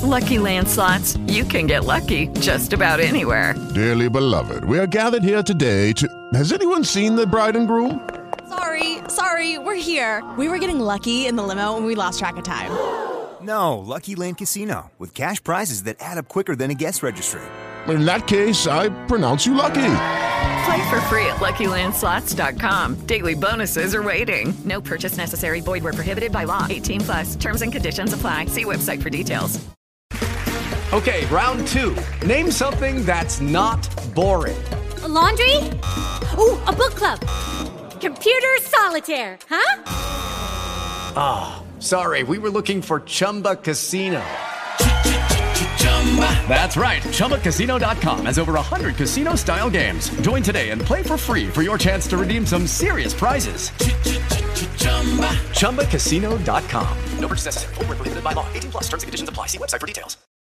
Lucky Land Slots, you can get lucky just about anywhere. Dearly beloved, we are gathered here today to... Has anyone seen the bride and groom? Sorry, we're here. We were getting lucky in the limo and we lost track of time. No, Lucky Land Casino, with cash prizes that add up quicker than a guest registry. In that case, I pronounce you lucky. Play for free at LuckyLandSlots.com. Daily bonuses are waiting. No purchase necessary. Void where prohibited by law. 18+. Terms and conditions apply. See website for details. Okay, round two. Name something that's not boring. A laundry? Ooh, a book club. Computer solitaire, huh? Ah, sorry, we were looking for Chumba Casino. That's right, ChumbaCasino.com has over 100 casino-style games. Join today and play for free for your chance to redeem some serious prizes. ChumbaCasino.com. No purchase necessary. Void where prohibited by law. 18+. Terms and conditions apply. See website for details.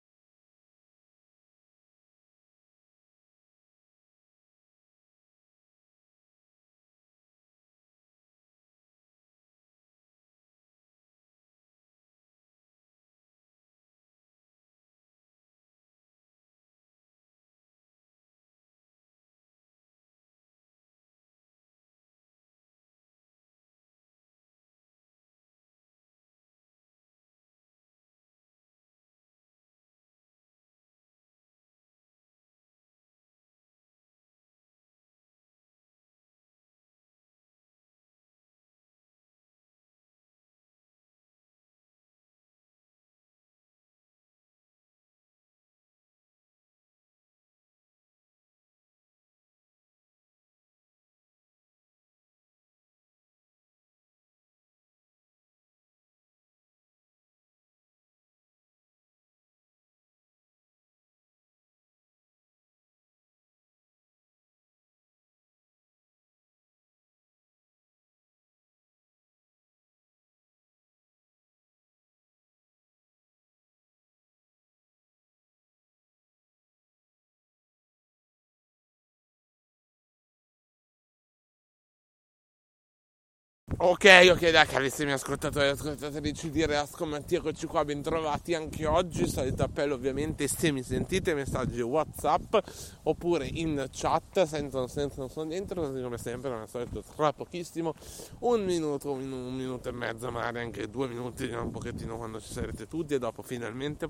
Ok, dai carissimi ascoltatori e ascoltatrici di Reasco Mattia, eccoci qua, bentrovati anche oggi. Solito appello ovviamente, se mi sentite, messaggi WhatsApp oppure in chat, senza non sono dentro, così come sempre come al solito tra pochissimo, un minuto e mezzo, magari anche 2 minuti, un pochettino quando ci sarete tutti, e dopo finalmente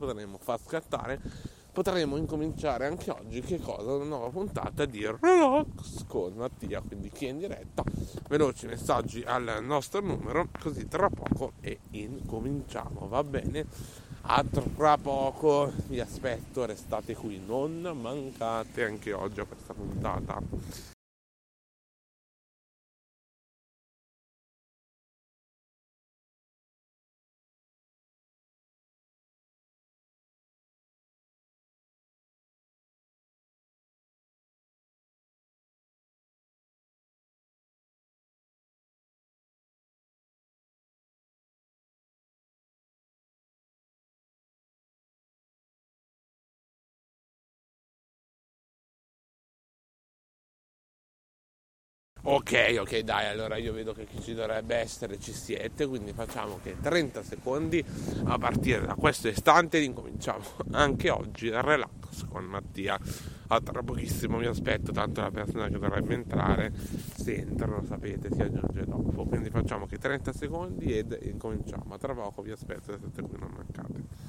potremo incominciare anche oggi, che cosa? Una nuova puntata di Relax con Mattia, quindi chi è in diretta, veloci messaggi al nostro numero, così tra poco e incominciamo, va bene? A tra poco, vi aspetto, restate qui, non mancate anche oggi a questa puntata. Ok, dai, allora io vedo che chi ci dovrebbe essere ci siete, quindi facciamo che 30 secondi a partire da questo istante incominciamo anche oggi il Relax con Mattia. A tra pochissimo mi aspetto, tanto la persona che dovrebbe entrare, se entrano sapete, si aggiunge dopo, quindi facciamo che 30 secondi ed incominciamo. A tra poco vi aspetto, restate qui, non mancate.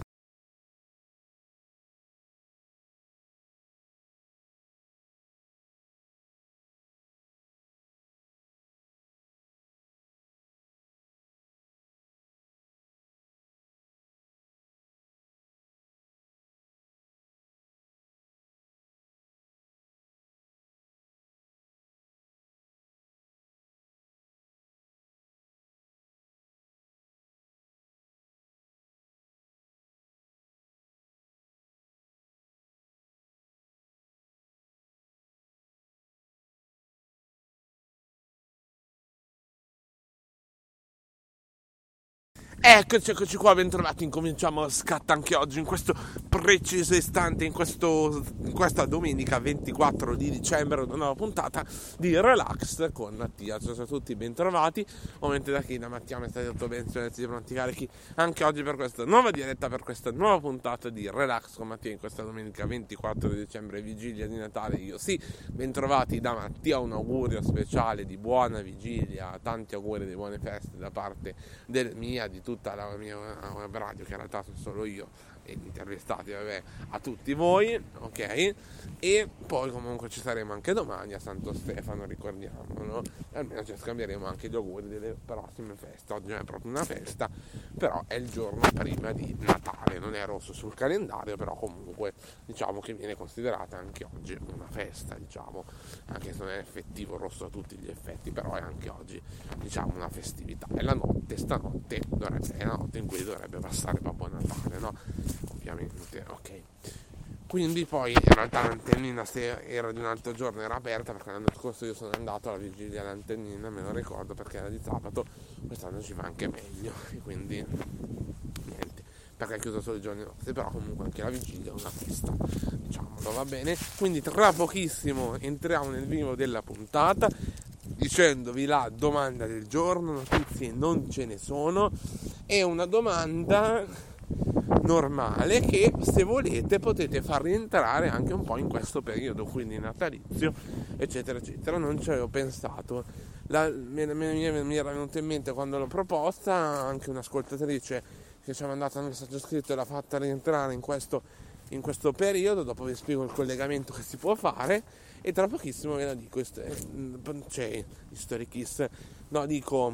Eccoci qua, bentrovati, incominciamo scatta anche oggi in questo preciso istante, in questa domenica 24 di dicembre, una nuova puntata di Relax con Mattia. Ciao a tutti, bentrovati, ovviamente da chi da Mattia mi state tutto bene, siete pronti carichi anche oggi per questa nuova diretta, per questa nuova puntata di Relax con Mattia in questa domenica 24 di dicembre, vigilia di Natale. Io sì, bentrovati da Mattia, un augurio speciale di buona vigilia, tanti auguri di buone feste da parte di tutta la mia web radio, che in realtà sono solo io e intervistati a tutti voi, ok? E poi comunque ci saremo anche domani a Santo Stefano, ricordiamolo, e almeno ci scambieremo anche gli auguri delle prossime feste. Oggi non è proprio una festa, però è il giorno prima di Natale, non è rosso sul calendario, però comunque diciamo che viene considerata anche oggi una festa, diciamo, anche se non è effettivo rosso a tutti gli effetti, però è anche oggi diciamo una festività. E la notte, stanotte è la notte in cui dovrebbe passare Babbo Natale, no? Ovviamente, ok. Quindi poi in realtà l'antennina, se era di un altro giorno, era aperta, perché l'anno scorso io sono andato alla vigilia all'antennina, me lo ricordo, perché era di sabato. Quest'anno ci va anche meglio, e quindi niente, perché è chiuso solo i giorni nostri, però comunque anche la vigilia è una festa, diciamolo, va bene? Quindi tra pochissimo entriamo nel vivo della puntata, dicendovi la domanda del giorno. Notizie non ce ne sono, è una domanda normale che, se volete, potete far rientrare anche un po' in questo periodo, quindi natalizio, eccetera eccetera. Non ci avevo pensato, mi era venuto in mente quando l'ho proposta, anche un'ascoltatrice che ci ha mandato un messaggio scritto e l'ha fatta rientrare in questo periodo. Dopo vi spiego il collegamento che si può fare e tra pochissimo ve la dico. C'è History Kiss, no, dico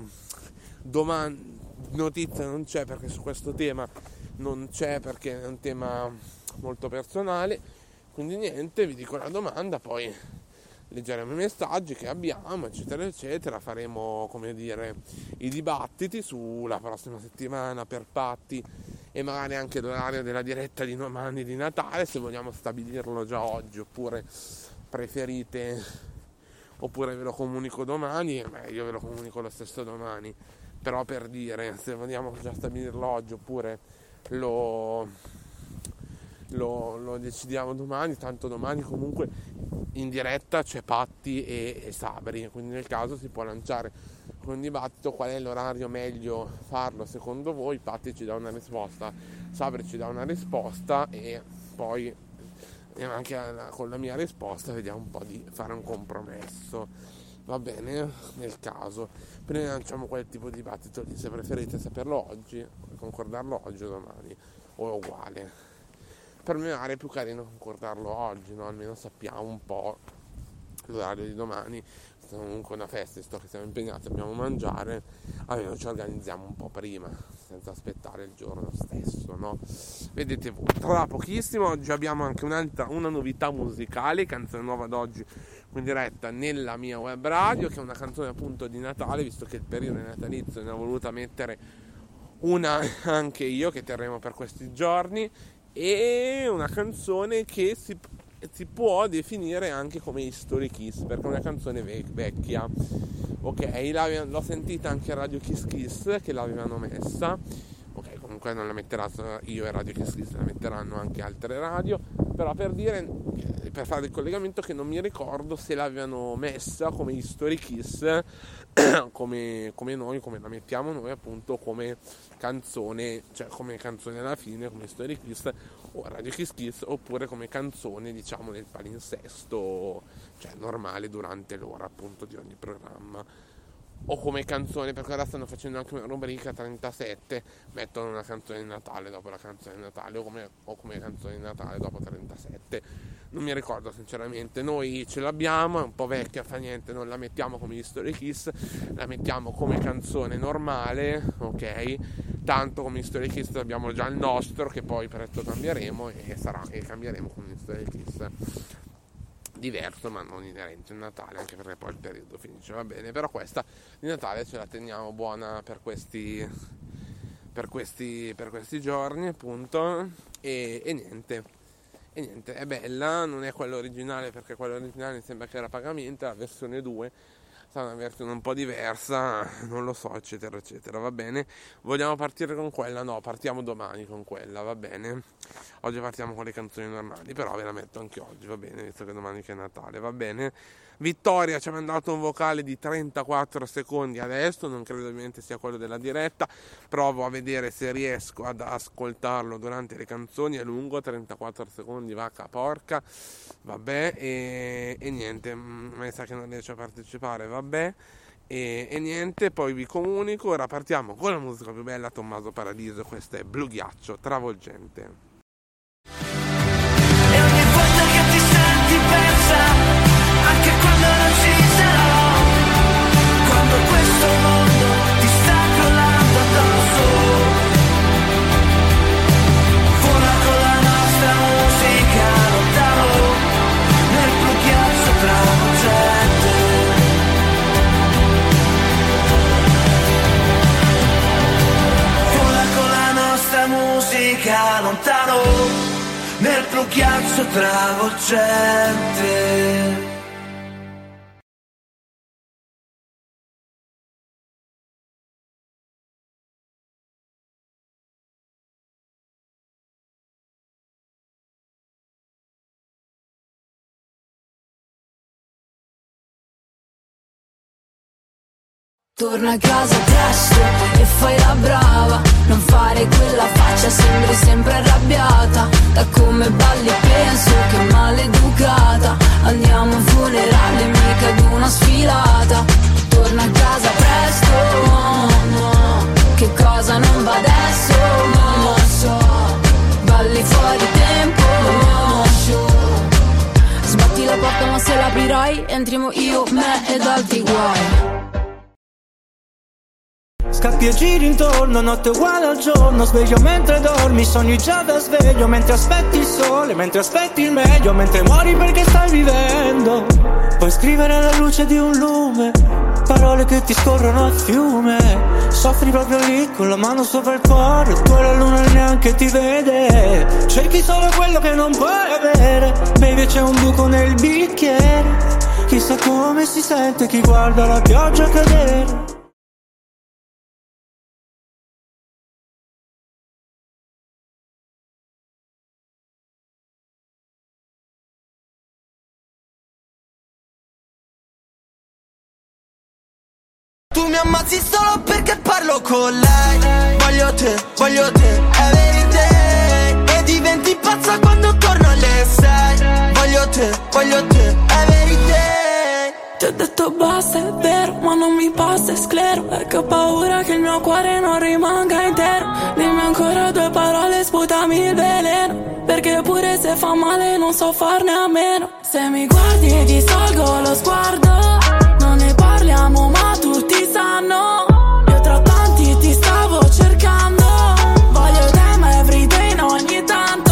domani, notizia non c'è, perché su questo tema non c'è, perché è un tema molto personale, quindi niente, vi dico la domanda, poi leggeremo i messaggi che abbiamo, eccetera eccetera. Faremo, come dire, i dibattiti sulla prossima settimana per patti e magari anche l'orario della diretta di domani di Natale, se vogliamo stabilirlo già oggi, oppure preferite, oppure ve lo comunico domani. Io ve lo comunico lo stesso domani, però per dire, se vogliamo già stabilirlo oggi oppure lo decidiamo domani, tanto domani comunque in diretta c'è Patti e Sabri, quindi nel caso si può lanciare con un dibattito qual è l'orario meglio farlo secondo voi. Patti ci dà una risposta, Sabri ci dà una risposta, e poi anche con la mia risposta vediamo un po' di fare un compromesso, va bene? Nel caso prima lanciamo quel tipo di dibattito lì, se preferite saperlo oggi, concordarlo oggi o domani, o è uguale. Per me è più carino concordarlo oggi, no? Almeno sappiamo un po' l'orario di domani. È comunque una festa, visto che siamo impegnati, dobbiamo mangiare, almeno ci organizziamo un po' prima, senza aspettare il giorno stesso, no? Vedete voi. Tra pochissimo oggi abbiamo anche una novità musicale, canzone nuova d'oggi in diretta nella mia web radio, che è una canzone appunto di Natale, visto che il periodo è natalizio, ne ho voluta mettere una anche io, che terremo per questi giorni, e una canzone che si può definire anche come History Kiss, perché è una canzone vecchia, ok? L'ho sentita anche a Radio Kiss Kiss, che l'avevano messa, ok? Comunque non la metterà io e Radio Kiss Kiss, la metteranno anche altre radio, però per fare il collegamento, che non mi ricordo se l'avevano messa come History Kiss, come noi, come la mettiamo noi appunto, come canzone, cioè come canzone alla fine, come History Kiss o Radio Kiss Kiss, oppure come canzone, diciamo, nel palinsesto, cioè normale durante l'ora appunto di ogni programma, o come canzone, perché ora stanno facendo anche una rubrica 37, mettono una canzone di Natale dopo la canzone di Natale, o come canzone di Natale dopo 37, non mi ricordo sinceramente. Noi ce l'abbiamo, è un po' vecchia, fa niente, non la mettiamo come History Kiss, la mettiamo come canzone normale, ok? Tanto come History Kiss abbiamo già il nostro, che poi presto cambieremo, e cambieremo con History Kiss diverso, ma non inerente al Natale, anche perché poi il periodo finisce, va bene. Però questa di Natale ce la teniamo buona per questi giorni appunto, e niente, è bella. Non è quella originale, perché quella originale mi sembra che era a pagamento, la versione 2 sarà una versione un po' diversa, non lo so, eccetera eccetera. Va bene, vogliamo partire con quella? No, partiamo domani con quella, va bene. Oggi partiamo con le canzoni normali, però ve la metto anche oggi, va bene, visto che domani che è Natale, va bene. Vittoria ci ha mandato un vocale di 34 secondi adesso, non credo ovviamente sia quello della diretta, provo a vedere se riesco ad ascoltarlo durante le canzoni, è lungo, 34 secondi, vacca porca, vabbè, e niente, mi sa che non riesce a partecipare, vabbè, e niente, poi vi comunico, ora partiamo con la musica più bella, Tommaso Paradiso, questo è Blu Ghiaccio, travolgente. E ogni volta che ti senti persa, anche quando non ci sarò, quando questo mondo ti sta crollando addosso, vola con la nostra musica lontano, nel blu ghiaccio travolgente. Vola con la nostra musica lontano, nel blu ghiaccio travolgente. Torna a casa presto e fai la brava, non fare quella faccia, sembri sempre arrabbiata. Da come balli penso che maleducata, andiamo ai funerali, mica ad una sfilata. Torna a casa presto, no, che cosa non va adesso, non lo so. Balli fuori tempo, no, sbatti la porta ma se l'aprirai, entriamo io, me ed altri guai. Scappi e giri intorno, notte uguale al giorno, sveglio mentre dormi, sogni già da sveglio, mentre aspetti il sole, mentre aspetti il meglio, mentre muori perché stai vivendo. Puoi scrivere alla luce di un lume, parole che ti scorrono a fiume, soffri proprio lì con la mano sopra il cuore, tu la luna neanche ti vede, cerchi solo quello che non puoi avere, baby c'è un buco nel bicchiere, chissà come si sente chi guarda la pioggia cadere. Tu mi ammazzi solo perché parlo con lei. Voglio te, every day. E diventi pazza quando torno alle 6. Voglio te, every day. Ti ho detto basta, è vero, ma non mi passa, è sclero. E che ho paura che il mio cuore non rimanga intero. Dimmi ancora 2 parole, sputami il veleno, perché pure se fa male non so farne a meno. Se mi guardi ti salgo lo sguardo, non ne parliamo ma tutti sanno. Io tra tanti ti stavo cercando, voglio them everyday ogni tanto.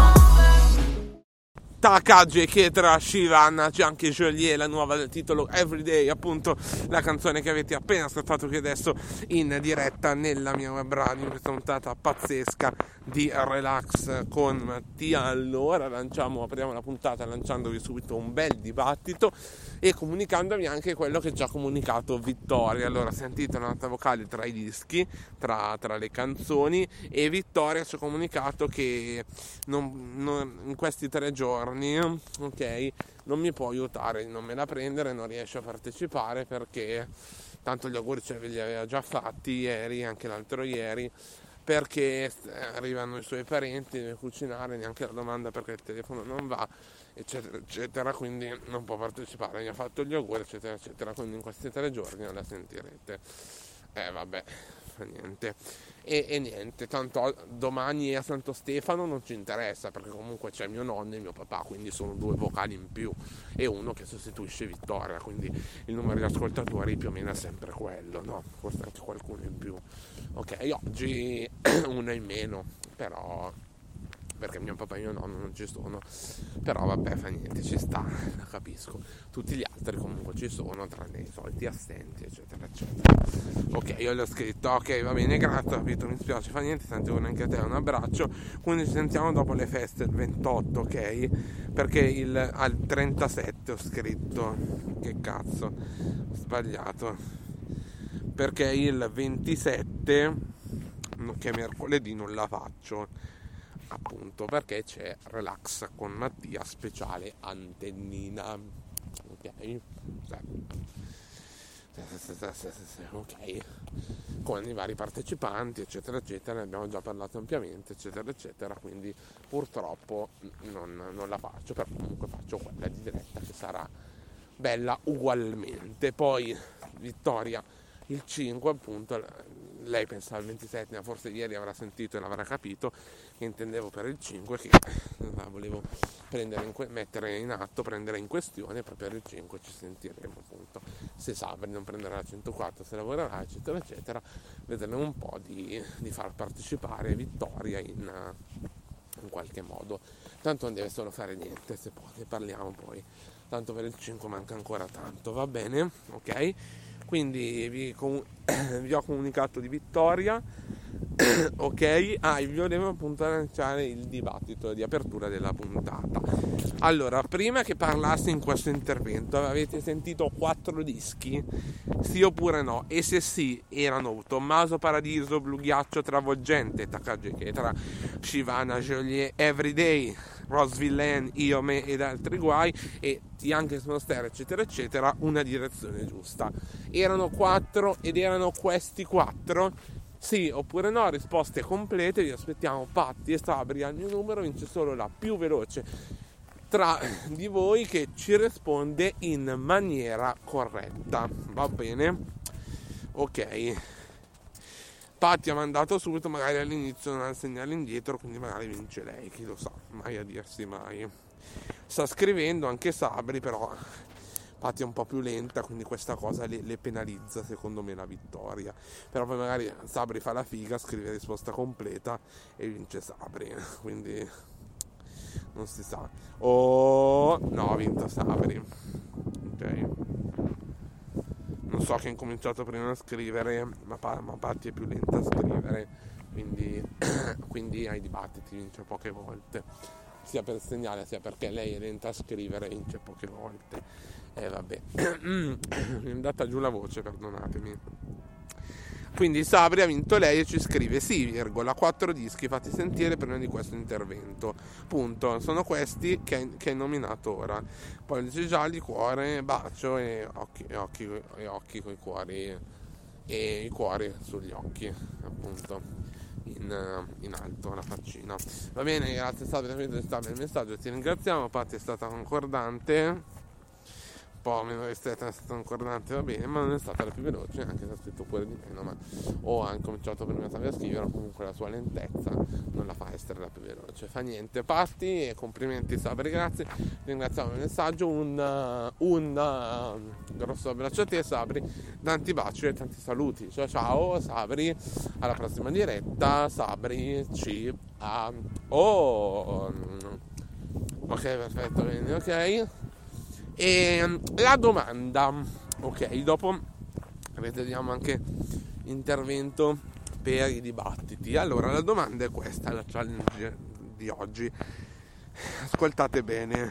Takagi che tra Shivan, c'è anche Joliet, la nuova del titolo Everyday, appunto la canzone che avete appena ascoltato qui adesso in diretta nella mia web radio in questa puntata pazzesca di Relax con Mattia. Allora apriamo la puntata lanciandovi subito un bel dibattito e comunicandovi anche quello che ci ha comunicato Vittoria. Allora sentite una nota vocale tra i dischi, tra le canzoni, e Vittoria ci ha comunicato che non in questi 3 giorni, ok, non mi può aiutare, non me la prendere, non riesce a partecipare perché tanto gli auguri ce li aveva già fatti ieri, anche l'altro ieri, perché arrivano i suoi parenti, deve cucinare, neanche la domanda perché il telefono non va, eccetera eccetera, quindi non può partecipare, mi ha fatto gli auguri eccetera eccetera, quindi in questi 3 giorni non la sentirete. Vabbè, niente. E niente, tanto domani a Santo Stefano non ci interessa perché comunque c'è mio nonno e mio papà, quindi sono 2 vocali in più e uno che sostituisce Vittoria, quindi il numero di ascoltatori più o meno è sempre quello, no? Forse anche qualcuno in più. Ok, oggi uno in meno, però perché mio papà e mio nonno non ci sono, però vabbè, fa niente, ci sta, la capisco. Tutti gli altri comunque ci sono, tranne i soliti assenti, eccetera eccetera. Ok, io gli ho scritto ok, va bene, grazie, capito, mi spiace, fa niente, sentivo anche a te, un abbraccio, quindi ci sentiamo dopo le feste il 28, ok? Perché al 37 ho scritto, che cazzo, ho sbagliato, perché il 27, che è mercoledì, non la faccio, appunto perché c'è Relax con Mattia speciale Antennina, ok? Ok, con i vari partecipanti, eccetera eccetera, ne abbiamo già parlato ampiamente, eccetera eccetera, quindi purtroppo non la faccio, però comunque faccio quella di diretta che sarà bella ugualmente. Poi Vittoria il 5, appunto, lei pensava al 27, ma forse ieri avrà sentito e l'avrà capito che intendevo per il 5, che la volevo mettere in atto, prendere in questione, poi per il 5 ci sentiremo, appunto, se Sabri non prenderà la 104, se lavorerà, eccetera eccetera, vedremo un po' di far partecipare Vittoria in qualche modo, tanto non deve solo fare niente, se poi ne parliamo poi, tanto per il 5 manca ancora tanto, va bene, ok? Quindi vi ho comunicato di Vittoria, ok? Vi volevo appunto lanciare il dibattito di apertura della puntata. Allora, prima che parlassi in questo intervento, avete sentito 4 dischi? Sì oppure no? E se sì, erano Tommaso Paradiso, Blu Ghiaccio Travolgente, Takagi Ketra, Shivana Joliet, Everyday, Rose Villain, Io, Me ed altri guai, e anche Smonster, eccetera eccetera, Una direzione giusta. Erano 4 ed erano questi 4? Sì oppure no? Risposte complete, vi aspettiamo. Patti e Sabri al mio numero, vince solo la più veloce tra di voi che ci risponde in maniera corretta, va bene? Ok, Patti ha mandato subito, magari all'inizio non ha il segnale indietro, quindi magari vince lei, chi lo sa, mai a dirsi mai. Sta scrivendo anche Sabri, però Patti è un po' più lenta, quindi questa cosa le penalizza secondo me la vittoria, però poi magari Sabri fa la figa, scrive risposta completa e vince Sabri, quindi non si sa. No, ha vinto Sabri, ok? Non so che ha incominciato prima a scrivere, ma Patti è più lenta a scrivere, quindi ai dibattiti vince poche volte, sia per il segnale sia perché lei è lenta a scrivere, vince poche volte. Vabbè, mi è andata giù la voce, perdonatemi. Quindi Sabri ha vinto lei e ci scrive sì, 4 dischi fatti sentire prima di questo intervento, punto. Sono questi che hai nominato ora. Pollici gialli, cuore, bacio e occhi coi cuori, e i cuori sugli occhi, appunto, in alto, la faccina. Va bene, grazie Sabri per il messaggio, ti ringraziamo. Patti è stata concordante, un po' meno ristretta, è stata concordante, va bene, ma non è stata la più veloce, anche se ha scritto pure di meno, ma ha incominciato prima a scrivere, comunque la sua lentezza non la fa essere la più veloce. Fa niente, Patti, e complimenti Sabri, grazie, ringraziamo il messaggio, un grosso abbraccio a te Sabri, tanti baci e tanti saluti, ciao Sabri, alla prossima diretta. Sabri ok, perfetto, bene, ok. E la domanda, ok, dopo vediamo anche intervento per i dibattiti. Allora, la domanda è questa, la challenge di oggi, ascoltate bene.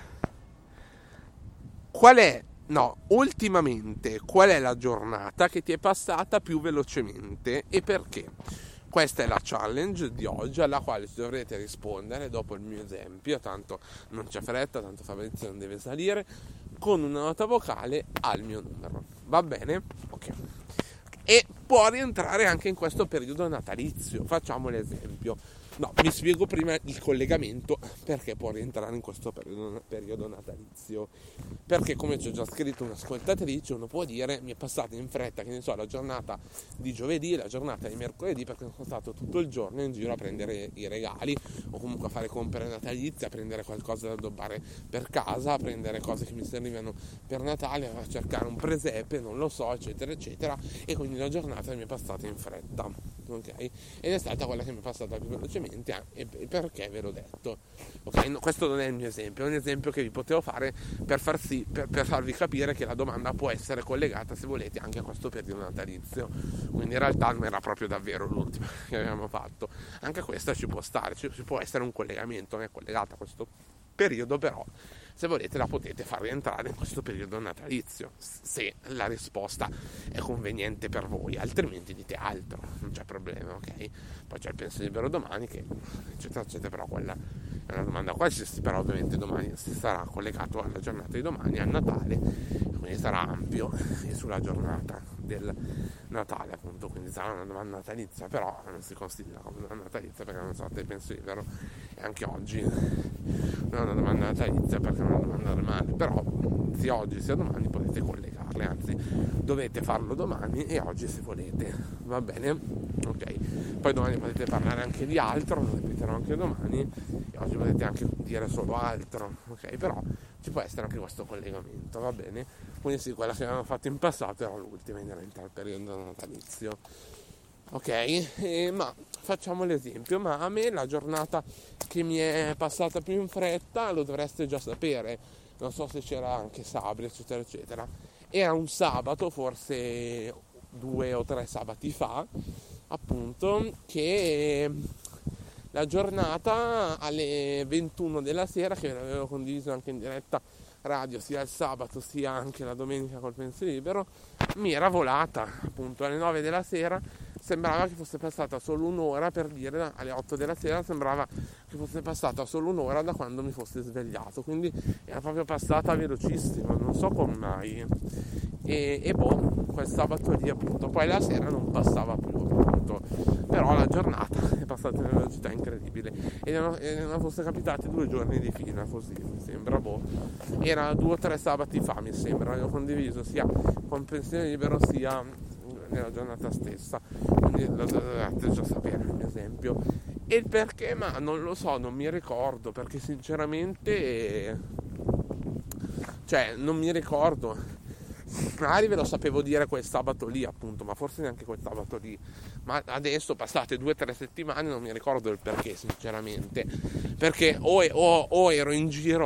Ultimamente qual è la giornata che ti è passata più velocemente e perché? Questa è la challenge di oggi, alla quale dovrete rispondere dopo il mio esempio, tanto non c'è fretta, tanto Fabrizio non deve salire, con una nota vocale al mio numero. Va bene? Ok. E può rientrare anche in questo periodo natalizio. Facciamo l'esempio. No, vi spiego prima il collegamento perché può rientrare in questo periodo natalizio. Perché, come ci ho già scritto un'ascoltatrice, uno può dire mi è passata in fretta, che ne so, la giornata di giovedì, la giornata di mercoledì, perché sono stato tutto il giorno in giro a prendere i regali o comunque a fare compere natalizie, a prendere qualcosa da addobbare per casa, a prendere cose che mi servivano per Natale, a cercare un presepe, non lo so, eccetera eccetera, e quindi la giornata mi è passata in fretta. ok? Ed è stata quella che mi è passata più velocemente, e perché ve l'ho detto, ok? No, questo non è il mio esempio, è un esempio che vi potevo fare per farvi capire che la domanda può essere collegata, se volete, anche a questo periodo natalizio. Quindi in realtà non era proprio davvero l'ultima che abbiamo fatto, anche questa ci può stare, ci può essere un collegamento, non è collegata a questo periodo, però se volete la potete far rientrare in questo periodo natalizio, se la risposta è conveniente per voi, altrimenti dite altro, non c'è problema, ok? Poi c'è il penso libero domani, che eccetera eccetera, però quella è una domanda qualsiasi, però ovviamente domani si sarà collegato alla giornata di domani, al Natale, quindi sarà ampio e sulla giornata del Natale, appunto, quindi sarà una domanda natalizia, però non si considera come una natalizia perché non so se penso libero, e anche oggi non è una domanda natalizia perché è una domanda normale, però sia oggi sia domani potete collegarle, anzi dovete farlo domani e oggi se volete, va bene? Ok, poi domani potete parlare anche di altro, lo ripeterò anche domani, e oggi potete anche dire solo altro, ok? Però ci può essere anche questo collegamento, va bene? Quindi sì, quella che avevamo fatto in passato era l'ultima inerente al periodo natalizio, ok? Ma facciamo l'esempio, ma a me la giornata che mi è passata più in fretta, lo dovreste già sapere, non so se c'era anche sabato eccetera eccetera, era un sabato, forse 2 o 3 sabati fa, appunto, che la giornata alle 21 della sera, che l'avevo condiviso anche in diretta radio sia il sabato sia anche la domenica col pensiero libero, mi era volata, appunto alle 9 della sera sembrava che fosse passata solo un'ora, per dire, alle 8 della sera sembrava che fosse passata solo un'ora da quando mi fosse svegliato, quindi era proprio passata velocissimo, non so come mai, e quel sabato lì, appunto, poi la sera non passava più, appunto, però la giornata è passata in una velocità incredibile, e non fosse capitati 2 giorni di fila così, mi sembra, era 2 o 3 sabati fa, mi sembra, l'ho condiviso sia con pensiero libero sia nella giornata stessa, quindi lo dovete già sapere il mio esempio, e il perché, ma non lo so, non mi ricordo, perché sinceramente non mi ricordo, magari ve lo sapevo dire quel sabato lì, appunto, ma forse neanche quel sabato lì, ma adesso passate 2 o 3 settimane non mi ricordo il perché, sinceramente, perché o ero in giro,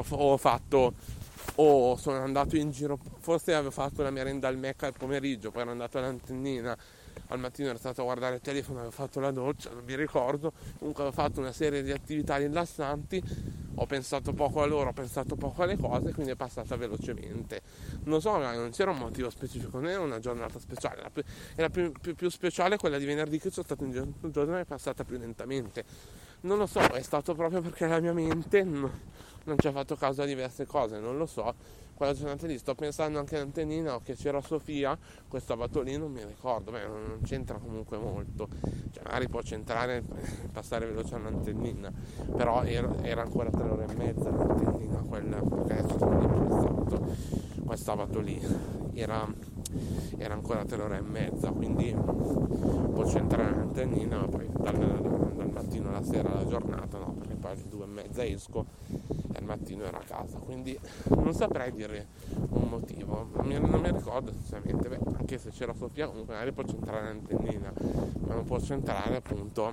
o sono andato in giro, forse avevo fatto la merenda al Mecca al pomeriggio, poi ero andato all'Antennina, al mattino ero stato a guardare il telefono, avevo fatto la doccia, non mi ricordo, comunque avevo fatto una serie di attività rilassanti, ho pensato poco a loro, ho pensato poco alle cose, quindi è passata velocemente, non so, non c'era un motivo specifico, non era una giornata speciale, era più speciale quella di venerdì, che sono stato in giorno è passata più lentamente, non lo so, è stato proprio perché la mia mente non ci ha fatto caso a diverse cose, non lo so. Quella giornata lì sto pensando anche all'Antennina, o che c'era Sofia, questo sabato lì non mi ricordo, non c'entra comunque molto, magari può centrare, passare veloce all'Antennina, però era ancora 3 ore e mezza l'Antennina, perché adesso sono libero quel sabato lì, era ancora 3 ore e mezza, quindi può centrare l'Antennina, ma poi dal mattino alla sera la giornata no, perché poi alle 2:30 esco e al mattino ero a casa, quindi non saprei dire un motivo, non mi ricordo sinceramente, anche se c'era Sofia comunque magari può centrare l'Antennina, ma non può centrare, appunto,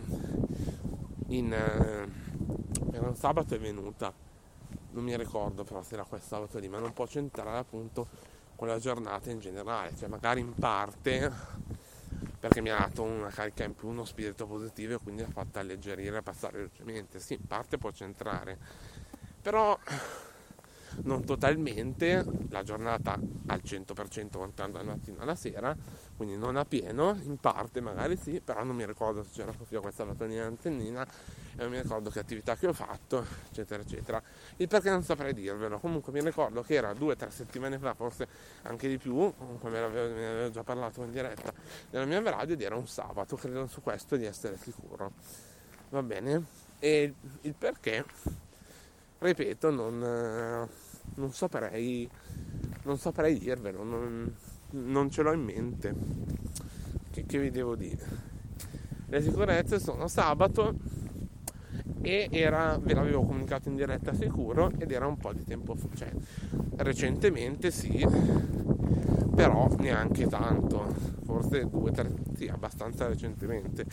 era un sabato è venuta, non mi ricordo però se era quel sabato lì, ma non può centrare, appunto, con la giornata in generale, magari in parte perché mi ha dato una carica in più, uno spirito positivo, e quindi ha fatto alleggerire e passare velocemente. Sì, in parte può centrare, però non totalmente, la giornata al 100% contando dal mattino alla sera, quindi non a pieno, in parte magari sì, però non mi ricordo se c'era proprio questa mattonina in Antennina, e non mi ricordo che attività che ho fatto, eccetera eccetera, il perché non saprei dirvelo. Comunque mi ricordo che era 2 o 3 settimane fa, forse anche di più, comunque me ne avevo già parlato in diretta nella mia radio, ed era un sabato, credo su questo di essere sicuro, va bene? E il perché, ripeto, non saprei dirvelo, non ce l'ho in mente, che vi devo dire. Le sicurezze sono sabato, e ve l'avevo comunicato in diretta sicuro, ed era un po' di tempo fa, recentemente sì, però neanche tanto, forse 2-3, sì, abbastanza recentemente,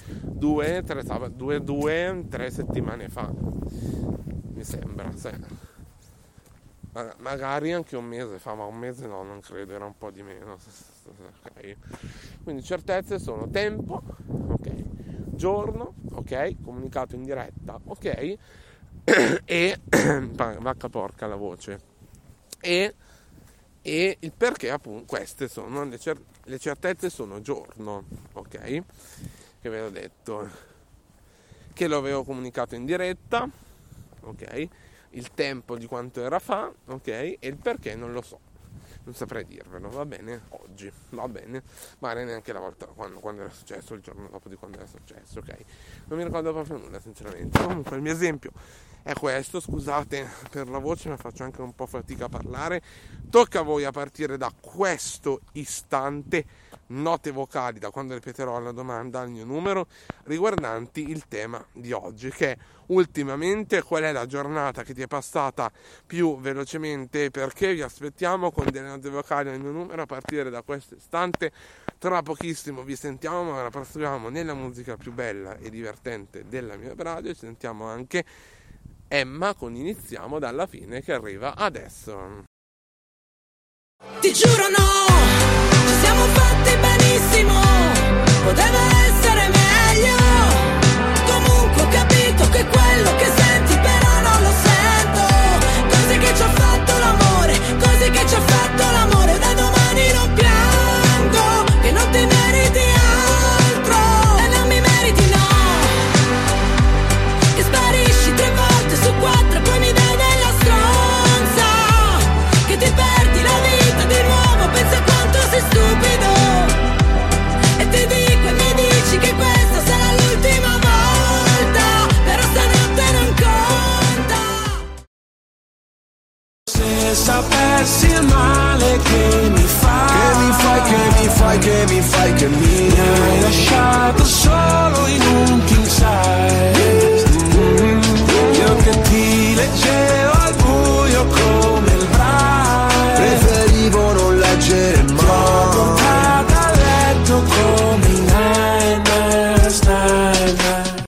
2-3 settimane fa, mi sembra, magari anche un mese fa, ma un mese no, non credo, era un po' di meno. Okay. Quindi certezze sono tempo, ok, giorno, ok, comunicato in diretta, ok, e vacca porca la voce, e il perché, appunto, queste sono le certezze, sono giorno, ok, che ve l'ho detto, che lo avevo comunicato in diretta, ok, il tempo di quanto era fa, ok, e il perché non lo so, non saprei dirvelo, va bene, oggi, va bene, magari neanche la volta quando era successo, il giorno dopo di quando era successo, ok, non mi ricordo proprio nulla sinceramente. Comunque il mio esempio è questo, scusate per la voce, ma faccio anche un po' fatica a parlare. Tocca a voi a partire da questo istante, note vocali da quando ripeterò la domanda al mio numero, riguardanti il tema di oggi, che è ultimamente qual è la giornata che ti è passata più velocemente, perché vi aspettiamo con delle note vocali al mio numero a partire da questo istante. Tra pochissimo vi sentiamo, ma ora proseguiamo nella musica più bella e divertente della mia radio, ci sentiamo anche Emma con Iniziamo dalla fine, che arriva adesso. Ti giuro no, ci siamo fatti benissimo, poteva essere meglio. Comunque ho capito che quello che senti però non lo sento. Cose che ci ha fatto l'amore, cose che ci ha fatto l'amore. Da domani non piango, che non ti meriti altro e non mi meriti no. Che sparisci 3 volte su 4 e poi mi dai della stronza. Che ti perdi la vita di nuovo, pensa quanto sei stupido. E ti dico e mi dici che questa sarà l'ultima volta, però stanotte non conta. Se sapessi il male che mi fai, che mi hai lasciato solo in un king size. Io che ti leggevo al buio come il braille, preferivo non leggere mai. Ti ho portato a letto come i Nine.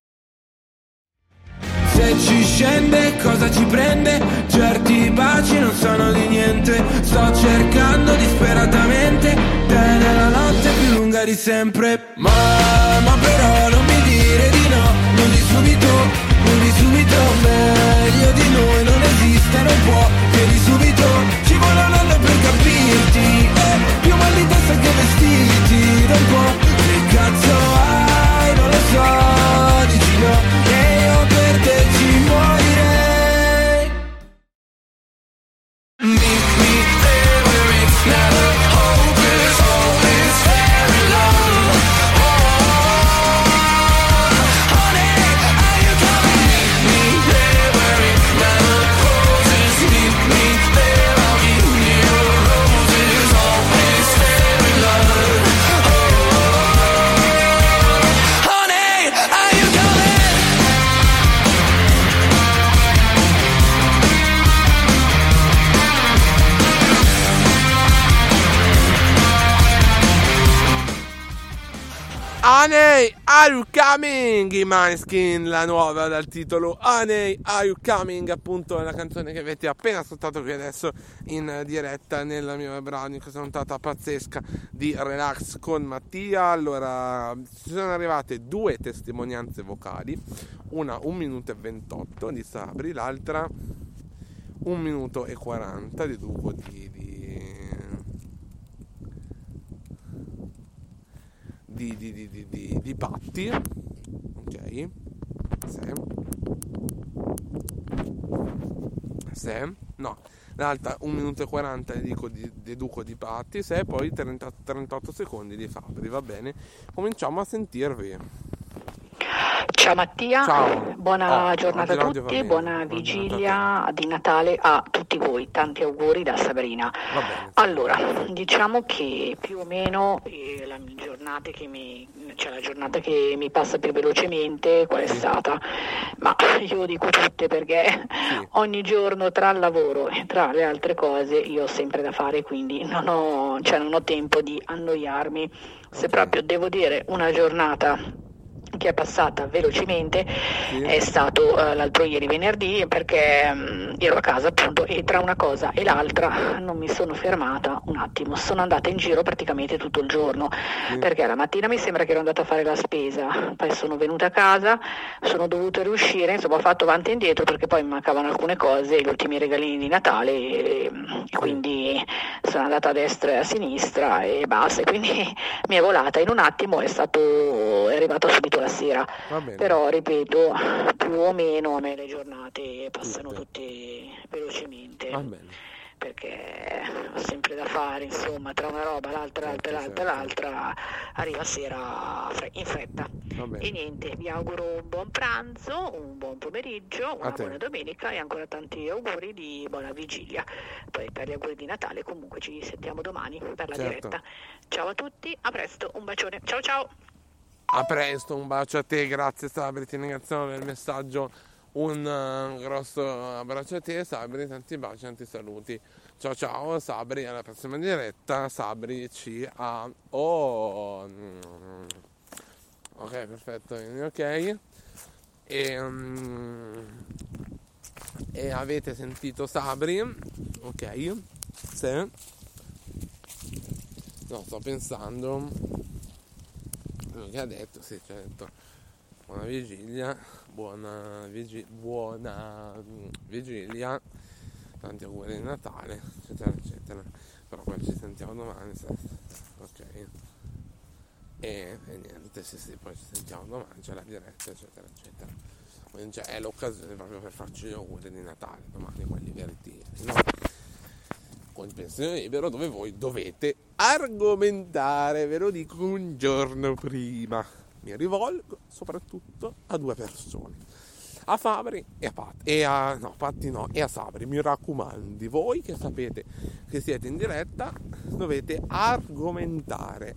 Se ci scende cosa ci prende? Certi baci non sono di niente. Sto cercando disperatamente te nella notte più lunga di sempre. Ma però non mi dire di no, non di subito, meglio di noi non esiste, non può, chiedi subito, ci vuole un anno per capirti, più mal di testa che vestiti, da un po', che cazzo hai, non lo so, dici no, e io per te ci morirei. Meet me there where it's never hopeless, all is fair in love. Honey, are you coming? Meet me there where it never closes. Meet me there, I'll give you roses, all is fair in love. Honey, are you coming? Honey, are you coming? I Måneskin, la nuova dal titolo Honey, are you coming? Appunto è la canzone che avete appena ascoltato qui adesso in diretta nella mia brano, in questa puntata pazzesca di Relax con Mattia. Allora, ci sono arrivate 2 testimonianze vocali, una 1 minuto e 28 di Sabri, l'altra 1 minuto e 40 di Duco di Patti, ok, se no, l'altra 1 minuto e 40 deduco di Patti, se e poi 38 secondi di Fabri, va bene? Cominciamo a sentirvi. Ciao Mattia, Ciao. buona giornata a oggi tutti, Radio buona Famiglia. vigilia di Natale a tutti voi, tanti auguri da Sabrina. Va bene. Allora, diciamo che più o meno la giornata che mi passa più velocemente, qual è stata? Ma io dico tutte perché ogni giorno tra il lavoro e tra le altre cose io ho sempre da fare, quindi non ho tempo di annoiarmi. Se proprio devo dire una giornata che è passata velocemente è stato l'altro ieri venerdì, perché ero a casa appunto e tra una cosa e l'altra non mi sono fermata un attimo, sono andata in giro praticamente tutto il giorno, perché la mattina mi sembra che ero andata a fare la spesa, poi sono venuta a casa, sono dovuta riuscire, insomma ho fatto avanti e indietro perché poi mi mancavano alcune cose, gli ultimi regalini di Natale e quindi sono andata a destra e a sinistra e basta, e quindi mi è volata in un attimo, è arrivata subito la sera. Però ripeto, più o meno a me le giornate passano tutte velocemente, perché ho sempre da fare, insomma, tra una roba, l'altra, arriva sera in fretta. E niente, vi auguro un buon pranzo, un buon pomeriggio, una buona domenica e ancora tanti auguri di buona vigilia. Poi per gli auguri di Natale comunque ci sentiamo domani per la diretta. Ciao a tutti, a presto, un bacione, ciao ciao! A presto, un bacio a te, grazie Sabri, ti ringraziamo per il messaggio, un grosso abbraccio a te Sabri, tanti baci, tanti saluti, ciao ciao Sabri, alla prossima diretta, Sabri ok, perfetto, ok, e avete sentito Sabri, ok, se no, sto pensando quello che ha detto, sì, certo, buona vigilia, tanti auguri di Natale, eccetera eccetera, però poi ci sentiamo domani, ok, e niente, sì, poi ci sentiamo domani, c'è la diretta, eccetera eccetera, quindi è l'occasione proprio per farci gli auguri di Natale domani, quelli veritieri, no? Con il pensiero libero, dove voi dovete argomentare, ve lo dico un giorno prima. Mi rivolgo soprattutto a due persone, a Fabri e a Patti, e a Sabri. Mi raccomando, voi che sapete che siete in diretta dovete argomentare.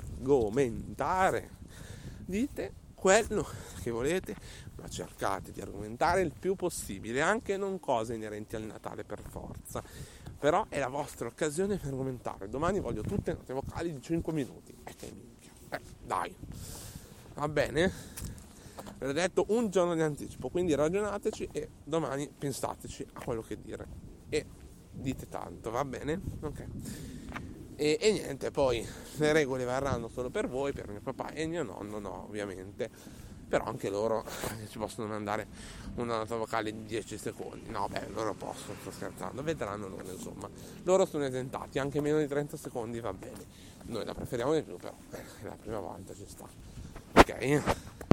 Dite quello che volete, ma cercate di argomentare il più possibile, anche non cose inerenti al Natale per forza. Però è la vostra occasione per argomentare. Domani voglio tutte note vocali di 5 minuti. Che minchia. Dai. Va bene? Ve l'ho detto un giorno di anticipo, quindi ragionateci e domani pensateci a quello che dire. E dite tanto, va bene? Ok. E niente, poi le regole varranno solo per voi, per mio papà e mio nonno, no, ovviamente. Però anche loro ci possono mandare una nota vocale di 10 secondi. No, loro possono, sto scherzando, vedranno loro, insomma. Loro sono esentati, anche meno di 30 secondi va bene. Noi la preferiamo di più, però la prima volta ci sta. Ok?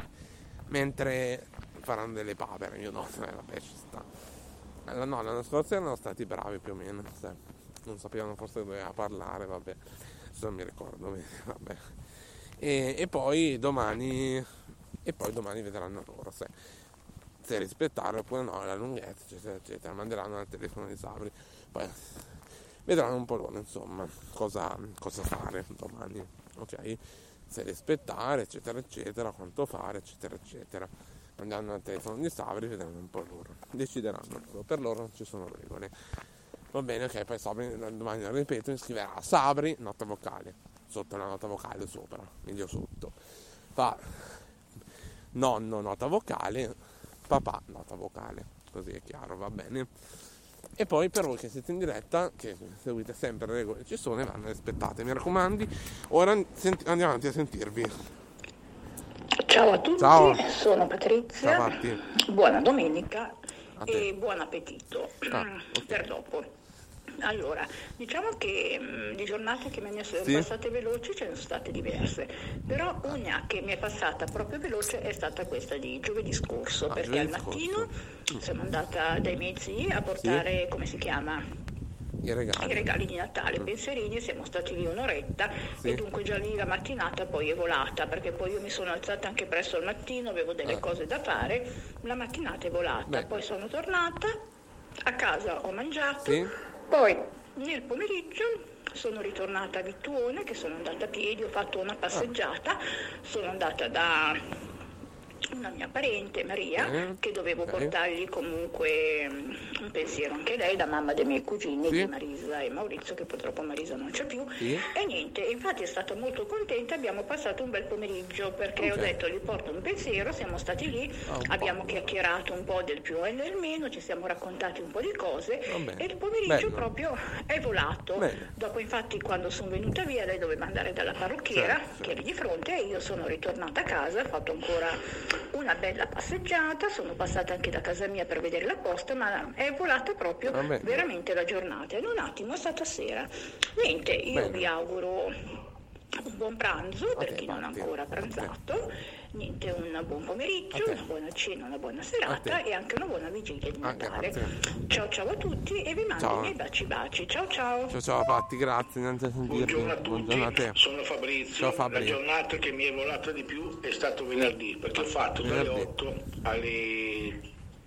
Mentre faranno delle papere, io no, ci sta. L'anno scorso erano stati bravi più o meno, non sapevano forse doveva parlare, vabbè. Adesso non mi ricordo bene, vabbè. E poi domani vedranno loro se rispettare oppure no la lunghezza, eccetera eccetera. Manderanno al telefono di Sabri, poi vedranno un po' loro, insomma, cosa fare domani, ok? Se rispettare, eccetera eccetera, quanto fare, eccetera eccetera. Andando al telefono di Sabri, vedranno un po' loro, decideranno loro, per loro non ci sono regole, va bene, ok? Poi Sabri domani, ripeto, scriverà Sabri nota vocale, sotto la nota vocale sopra, meglio sotto, fa nonno nota vocale, papà nota vocale, così è chiaro, va bene? E poi per voi che siete in diretta, che seguite sempre le regole, ci sono e vanno rispettate, mi raccomando. Ora andiamo avanti a sentirvi. Ciao a tutti, ciao. Sono Patrizia, ciao, buona domenica e buon appetito per dopo. Allora, diciamo che di giornate che mi sono passate veloci ce ne sono state diverse, però una che mi è passata proprio veloce è stata questa di giovedì scorso, perché al mattino sono andata dai miei zii a portare, come si chiama? i regali di Natale, pensierini, siamo stati lì un'oretta e dunque già lì la mattinata poi è volata, perché poi io mi sono alzata anche presto al mattino, avevo delle cose da fare, la mattinata è volata, poi sono tornata a casa, ho mangiato, poi nel pomeriggio sono ritornata a Vittuone, che sono andata a piedi, ho fatto una passeggiata, sono andata da una mia parente, Maria, che dovevo portargli comunque un pensiero anche lei, la mamma dei miei cugini, di Marisa e Maurizio, che purtroppo Marisa non c'è più, e niente, infatti è stata molto contenta, abbiamo passato un bel pomeriggio, perché ho detto gli porto un pensiero, siamo stati lì, abbiamo chiacchierato un po' del più e del meno, ci siamo raccontati un po' di cose e il pomeriggio proprio è volato. Dopo infatti quando sono venuta via lei doveva andare dalla parrucchiera che era di fronte, e io sono ritornata a casa, ho fatto ancora una bella passeggiata, sono passata anche da casa mia per vedere la posta, ma è volata proprio veramente la giornata. In un attimo è stata sera. Niente, io vi auguro un buon pranzo per chi non ha ancora pranzato, niente, un buon pomeriggio, una buona cena, una buona serata e anche una buona vigilia di Natale. Ciao ciao a tutti e vi mando i miei baci. Ciao Patti, grazie, niente a sentirti. Buongiorno a tutti, sono Fabrizio. La giornata che mi è volata di più è stato venerdì, perché ho fatto dalle 8 alle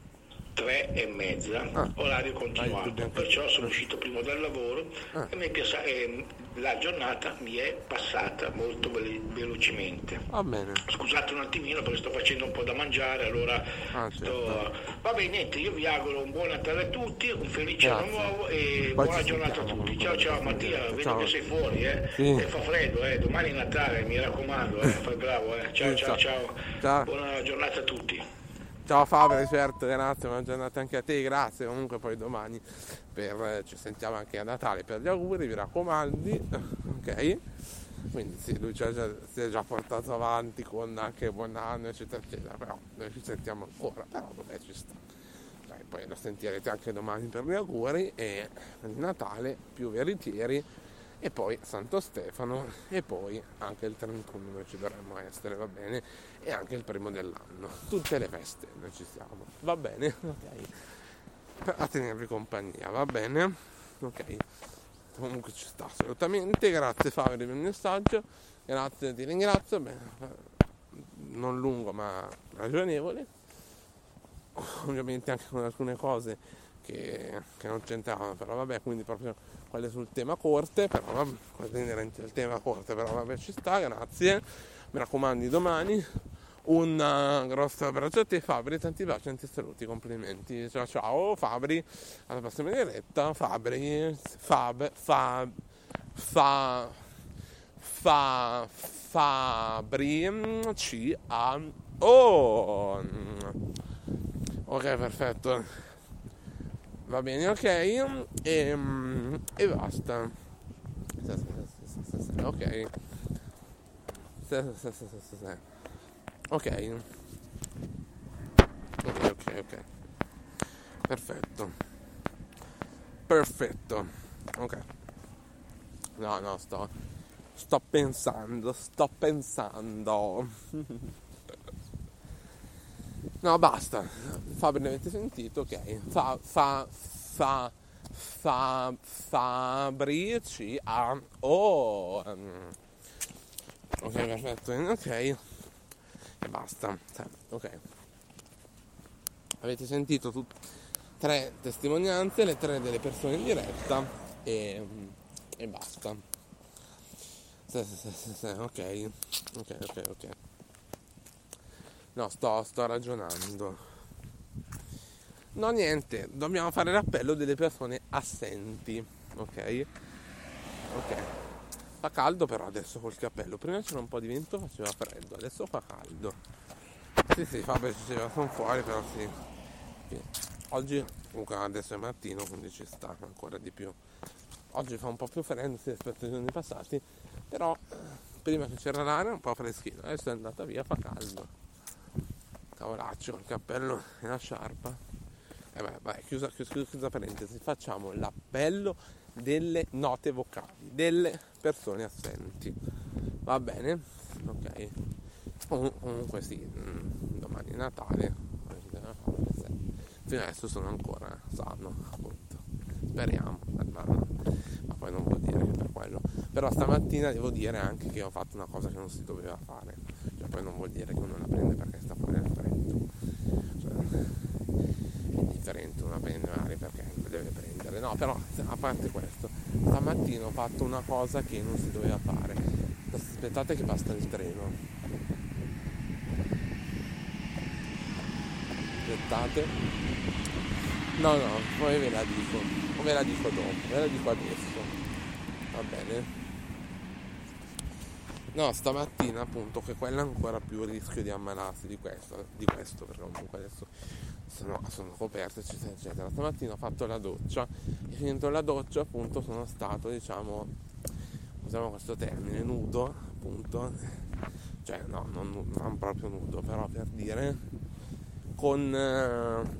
3:30 orario continuato, perciò sono uscito prima dal lavoro e la giornata mi è passata molto velocemente. Va bene. Scusate un attimino perché sto facendo un po' da mangiare, allora va bene, niente, io vi auguro un buon Natale a tutti, un felice anno nuovo e buona giornata a tutti. Ciao Mattia, vedo che sei fuori, e fa freddo, domani è Natale, mi raccomando, fai bravo, ciao, buona giornata a tutti. Ciao Fabio, certo, grazie, buona giornata anche a te, grazie, comunque poi domani ci sentiamo anche a Natale per gli auguri, mi raccomandi, ok? Quindi sì, lui si è già portato avanti con anche buon anno, eccetera, eccetera, però noi ci sentiamo ancora, però vabbè, ci sta. Poi lo sentirete anche domani per gli auguri e di Natale, più veritieri, e poi Santo Stefano, e poi anche il 31 noi ci dovremmo essere, va bene, e anche il primo dell'anno, tutte le feste noi ci siamo, va bene, ok, a tenervi compagnia, va bene, ok, comunque ci sta assolutamente. Grazie Fabio per il messaggio, grazie, ti ringrazio, non lungo ma ragionevole, ovviamente anche con alcune cose che non c'entravano, però vabbè, quindi proprio quelle sul tema corte, però vabbè, quelle inerenti al tema corte, però vabbè, ci sta, grazie, mi raccomandi domani, un grosso abbraccio a te Fabri, tanti baci, tanti saluti, complimenti, ciao Fabri, alla prossima diretta. Fabri ok, perfetto, va bene, ok, e basta, ok, ok, perfetto, ok, no, sto pensando, no, basta, Fabio, ne avete sentito, ok, Fabrici ok, perfetto, ok, e basta, ok, avete sentito tre testimonianze, le tre delle persone in diretta e basta, ok, no, sto ragionando, no, niente, dobbiamo fare l'appello delle persone assenti, ok, fa caldo però adesso col cappello, prima c'era un po' di vento, faceva freddo, adesso fa caldo, sì, vabbè, sono fuori, però sì, oggi comunque adesso è mattino, quindi ci sta ancora di più, oggi fa un po' più freddo rispetto ai giorni passati, però prima che c'era l'aria un po' freschino, adesso è andata via, fa caldo, cavolaccio, il cappello e la sciarpa, chiusa parentesi, facciamo l'appello delle note vocali delle persone assenti, va bene, ok, comunque sì, domani è Natale, fino adesso sono ancora sano, appunto, speriamo, ma poi non vuol dire che per quello. Però stamattina devo dire anche che ho fatto una cosa che non si doveva fare, cioè poi non vuol dire che uno la prende perché sta fuori dal freddo, cioè, è differente, uno la prende magari perché la deve prendere, no, però a parte questo, stamattina ho fatto una cosa che non si doveva fare. Aspettate che passa il treno, aspettate, no, poi ve la dico, o ve la dico dopo, ve la dico adesso, va bene? No, stamattina appunto, che quella ha ancora più rischio di ammalarsi di questo, perché comunque adesso sono coperte eccetera eccetera. Stamattina ho fatto la doccia e finito la doccia appunto sono stato, diciamo, usiamo questo termine, nudo appunto, cioè no, non proprio nudo, però per dire, con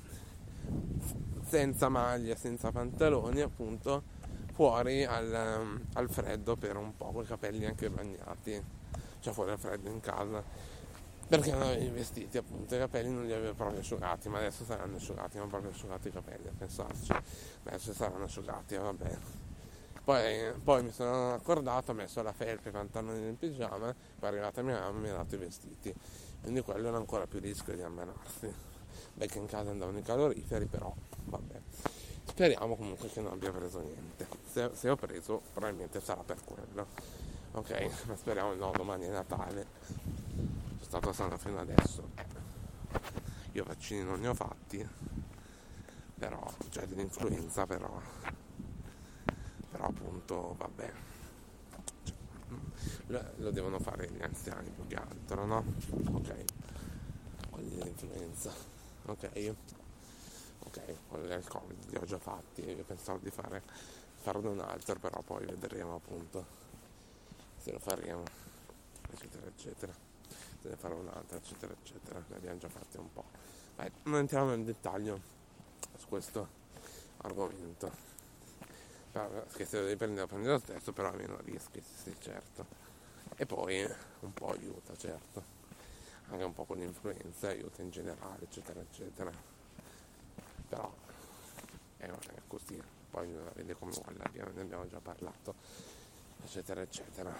senza maglia, senza pantaloni appunto, fuori al freddo per un po', con i capelli anche bagnati, cioè fuori al freddo in casa, perché non avevo i vestiti appunto, i capelli non li avevo proprio asciugati, ma adesso saranno asciugati, non ho proprio asciugato i capelli a pensarci, adesso saranno asciugati, vabbè. Poi mi sono accordato, ho messo la felpa e i pantaloni nel pigiama, poi è arrivata mia mamma e mi ha dato i vestiti, quindi quello era ancora più rischio di ammalarsi. Beh, che in casa andavano i caloriferi, però vabbè, speriamo comunque che non abbia preso niente. Se ho preso probabilmente sarà per quello, ok, ma speriamo no, domani è Natale, sono stato sano fino adesso, io vaccini non ne ho fatti, però, cioè dell'influenza, però appunto vabbè, cioè, lo devono fare gli anziani più che altro, no? Ok, quelli dell'influenza, ok, quelli del Covid li ho già fatti, io pensavo di farne un altro, però poi vedremo appunto se lo faremo, eccetera eccetera, se ne farò un altro, eccetera eccetera, ne abbiamo già fatti un po'. Non entriamo nel dettaglio su questo argomento, che se lo devi prendere lo stesso, però meno rischi, sì, certo, e poi un po' aiuta, certo, anche un po' con l'influenza aiuta in generale, eccetera eccetera, però è così, poi vede come vuole, ne abbiamo già parlato, eccetera eccetera,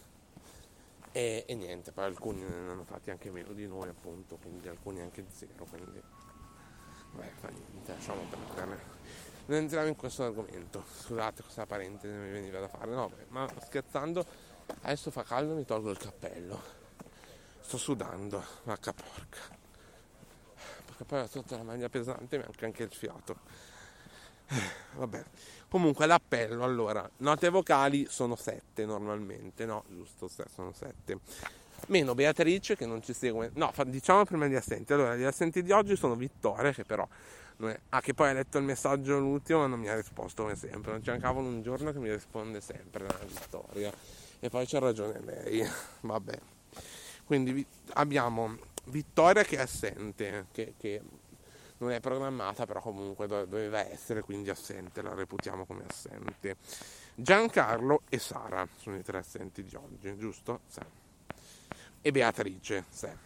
e niente, poi alcuni ne hanno fatti anche meno di noi appunto, quindi alcuni anche zero, quindi fa niente, lasciamo perdere. Non entriamo in questo argomento, scusate, questa parentesi mi veniva da fare, no, ma scherzando, adesso fa caldo, mi tolgo il cappello, sto sudando, vacca porca, perché poi sotto la maglia pesante mi manca anche il fiato, vabbè. Comunque l'appello, allora, note vocali sono 7 normalmente, no, giusto, sono 7, meno Beatrice che non ci segue, no, diciamo prima gli assenti. Allora, gli assenti di oggi sono Vittoria, che però che poi ha letto il messaggio l'ultimo ma non mi ha risposto come sempre, non c'è un cavolo un giorno che mi risponde sempre la Vittoria, e poi c'ha ragione lei, vabbè. Quindi abbiamo Vittoria che è assente, che non è programmata, però comunque doveva essere, quindi assente, la reputiamo come assente. Giancarlo e Sara sono i 3 assenti di oggi, giusto? Sì. E Beatrice, sì.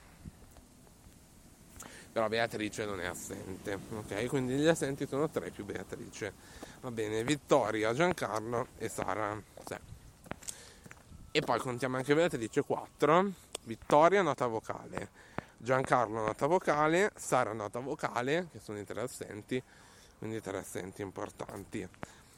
Però Beatrice non è assente, ok? Quindi gli assenti sono 3 più Beatrice, va bene, Vittoria, Giancarlo e Sara, sì. E poi contiamo anche Beatrice, 4, Vittoria nota vocale, Giancarlo nota vocale, Sara nota vocale, che sono i 3 assenti, quindi 3 assenti importanti,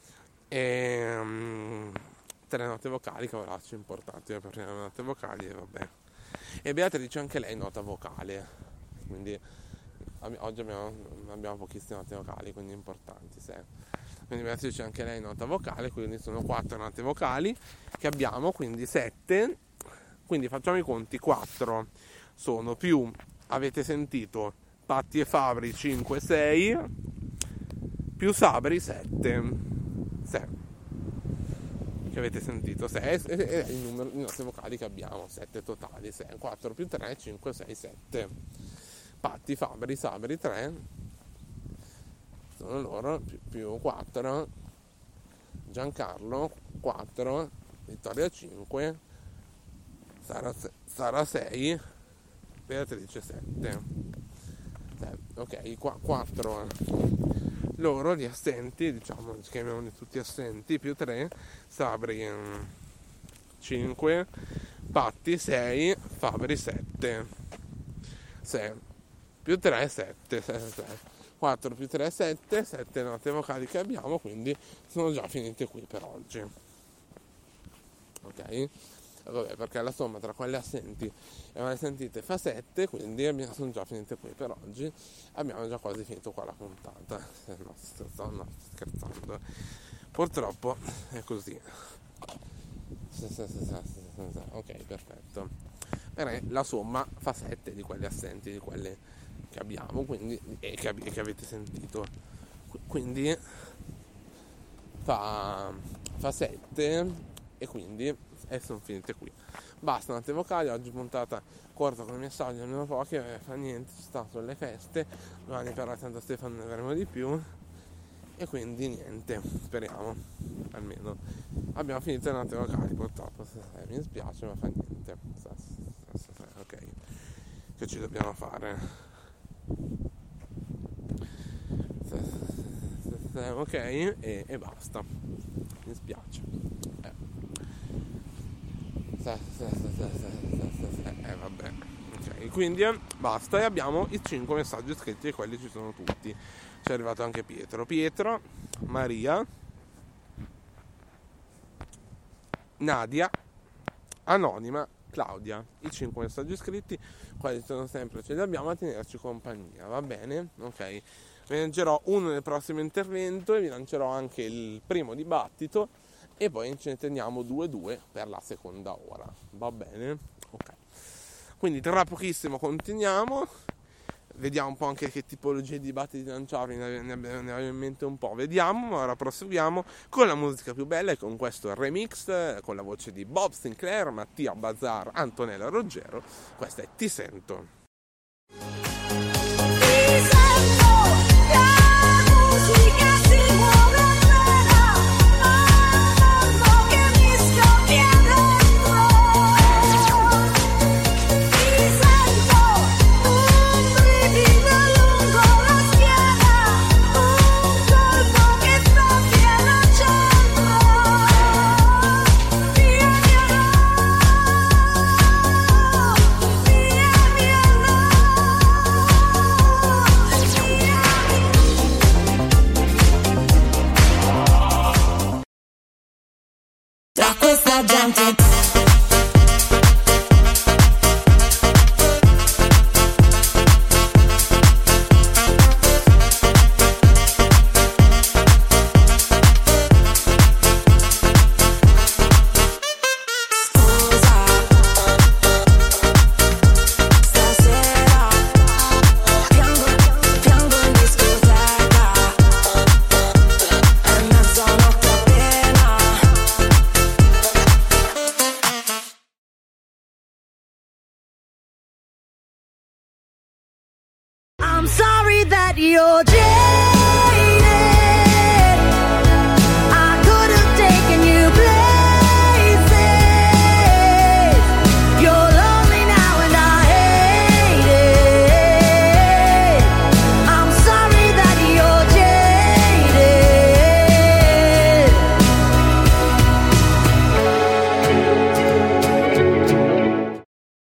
e 3 note vocali, cavolacci importanti, per le note vocali, e vabbè. E Beatrice anche lei nota vocale, quindi oggi abbiamo pochissime note vocali, quindi importanti, sì. Quindi Beatrice anche lei nota vocale, quindi sono 4 note vocali che abbiamo, quindi 7, quindi facciamo i conti, 4 sono più, avete sentito, Patti e Fabri 5, 6, più Sabri 7, che avete sentito, 6 è il numero di note vocali che abbiamo, 7 totali, 6, 4 più 3, 5, 6, 7, Patti, Fabri, Sabri 3, sono loro, più 4, Giancarlo 4, Vittoria 5, Sara 6, Beatrice 7. Ok, 4 loro gli assenti, diciamo, chiamiamoli tutti assenti, più 3, Sabri 5, Patti 6, Fabri 7. 6 più 3 7, 4 più 3 7, 7 note vocali che abbiamo, quindi sono già finite qui per oggi. Ok? Vabbè, perché la somma tra quelle assenti e quelle sentite fa 7, quindi sono già finite qui per oggi. Abbiamo già quasi finito qua la puntata. No, sto scherzando. Purtroppo è così. Ok, perfetto. Perché la somma fa 7 di quelle assenti, di quelle che abbiamo, quindi, e che avete sentito. Quindi fa 7 e quindi sono finite qui. Basta, note vocali. Oggi puntata corta con i messaggi, almeno pochi, fa niente, ci sta sulle feste. Domani per la Santa Stefano ne avremo di più. E quindi niente, speriamo, almeno. Abbiamo finito le note vocali, purtroppo. Mi dispiace, ma fa niente. Ok, che ci dobbiamo fare? Ok, e basta. Mi dispiace. Vabbè. Ok, quindi basta, e abbiamo i 5 messaggi scritti, e quelli ci sono tutti. C'è arrivato anche Pietro, Maria, Nadia, Anonima, Claudia. I 5 messaggi scritti, quelli sono sempre, ce li abbiamo a tenerci compagnia, va bene? Ok, vi lancerò uno nel prossimo intervento e vi lancerò anche il primo dibattito, e poi ce ne teniamo 2 per la seconda ora, va bene? Ok, quindi tra pochissimo continuiamo, vediamo un po' anche che tipologie di dibattiti lanciarvi, ne avevo in mente un po', vediamo, ma ora proseguiamo con la musica più bella, e con questo remix con la voce di Bob Sinclair, Mattia Bazar, Antonella Ruggero. Questa è Ti Sento. I'm sorry that you're jaded. I could have taken you places. You're lonely now and I hate it. I'm sorry that you're jaded.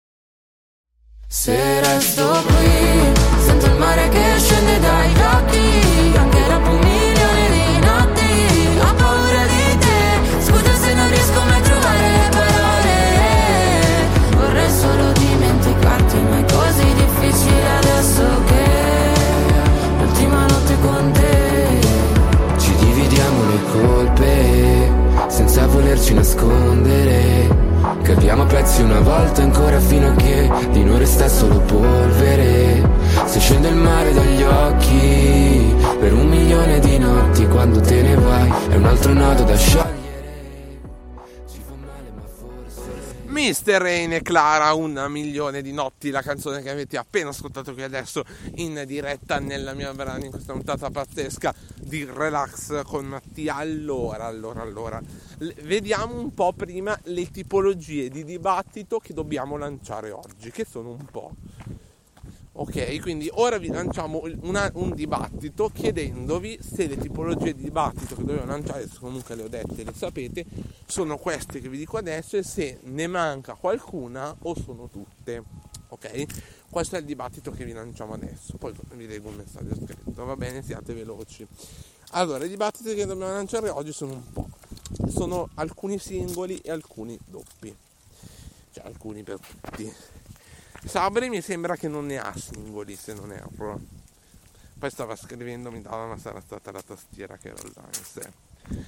Se resto qui, sento il mare che scende dai occhi, anche dopo 1 milione di notti. Ho paura di te, scusa se non riesco mai a trovare le parole. Vorrei solo dimenticarti, ma è così difficile adesso che l'ultima notte con te. Ci dividiamo le colpe, senza volerci nascondere. Capiamo a pezzi una volta ancora, fino a che di noi resta solo polvere. Se scende il mare dagli occhi per 1 milione di notti, quando te ne vai è un altro nodo da sciogliere. Ci fa male ma forse Mr. Rain e Clara, 1 milione di notti, la canzone che avete appena ascoltato qui adesso in diretta nella mia brana, in questa puntata pazzesca di Relax con Mattia. Allora, vediamo un po' prima le tipologie di dibattito che dobbiamo lanciare oggi, che sono un po'. Ok, quindi ora vi lanciamo un dibattito chiedendovi se le tipologie di dibattito che dovevo lanciare, comunque le ho dette, le sapete, sono queste che vi dico adesso e se ne manca qualcuna o sono tutte. Ok? Questo è il dibattito che vi lanciamo adesso, poi vi leggo un messaggio scritto, va bene? Siate veloci. Allora, i dibattiti che dobbiamo lanciare oggi sono un po'. Sono alcuni singoli e alcuni doppi. Cioè, alcuni per tutti. Sabri mi sembra che non ne ha singoli, se non erro. Poi stava scrivendo, mi dava, ma sarà stata la tastiera che era online.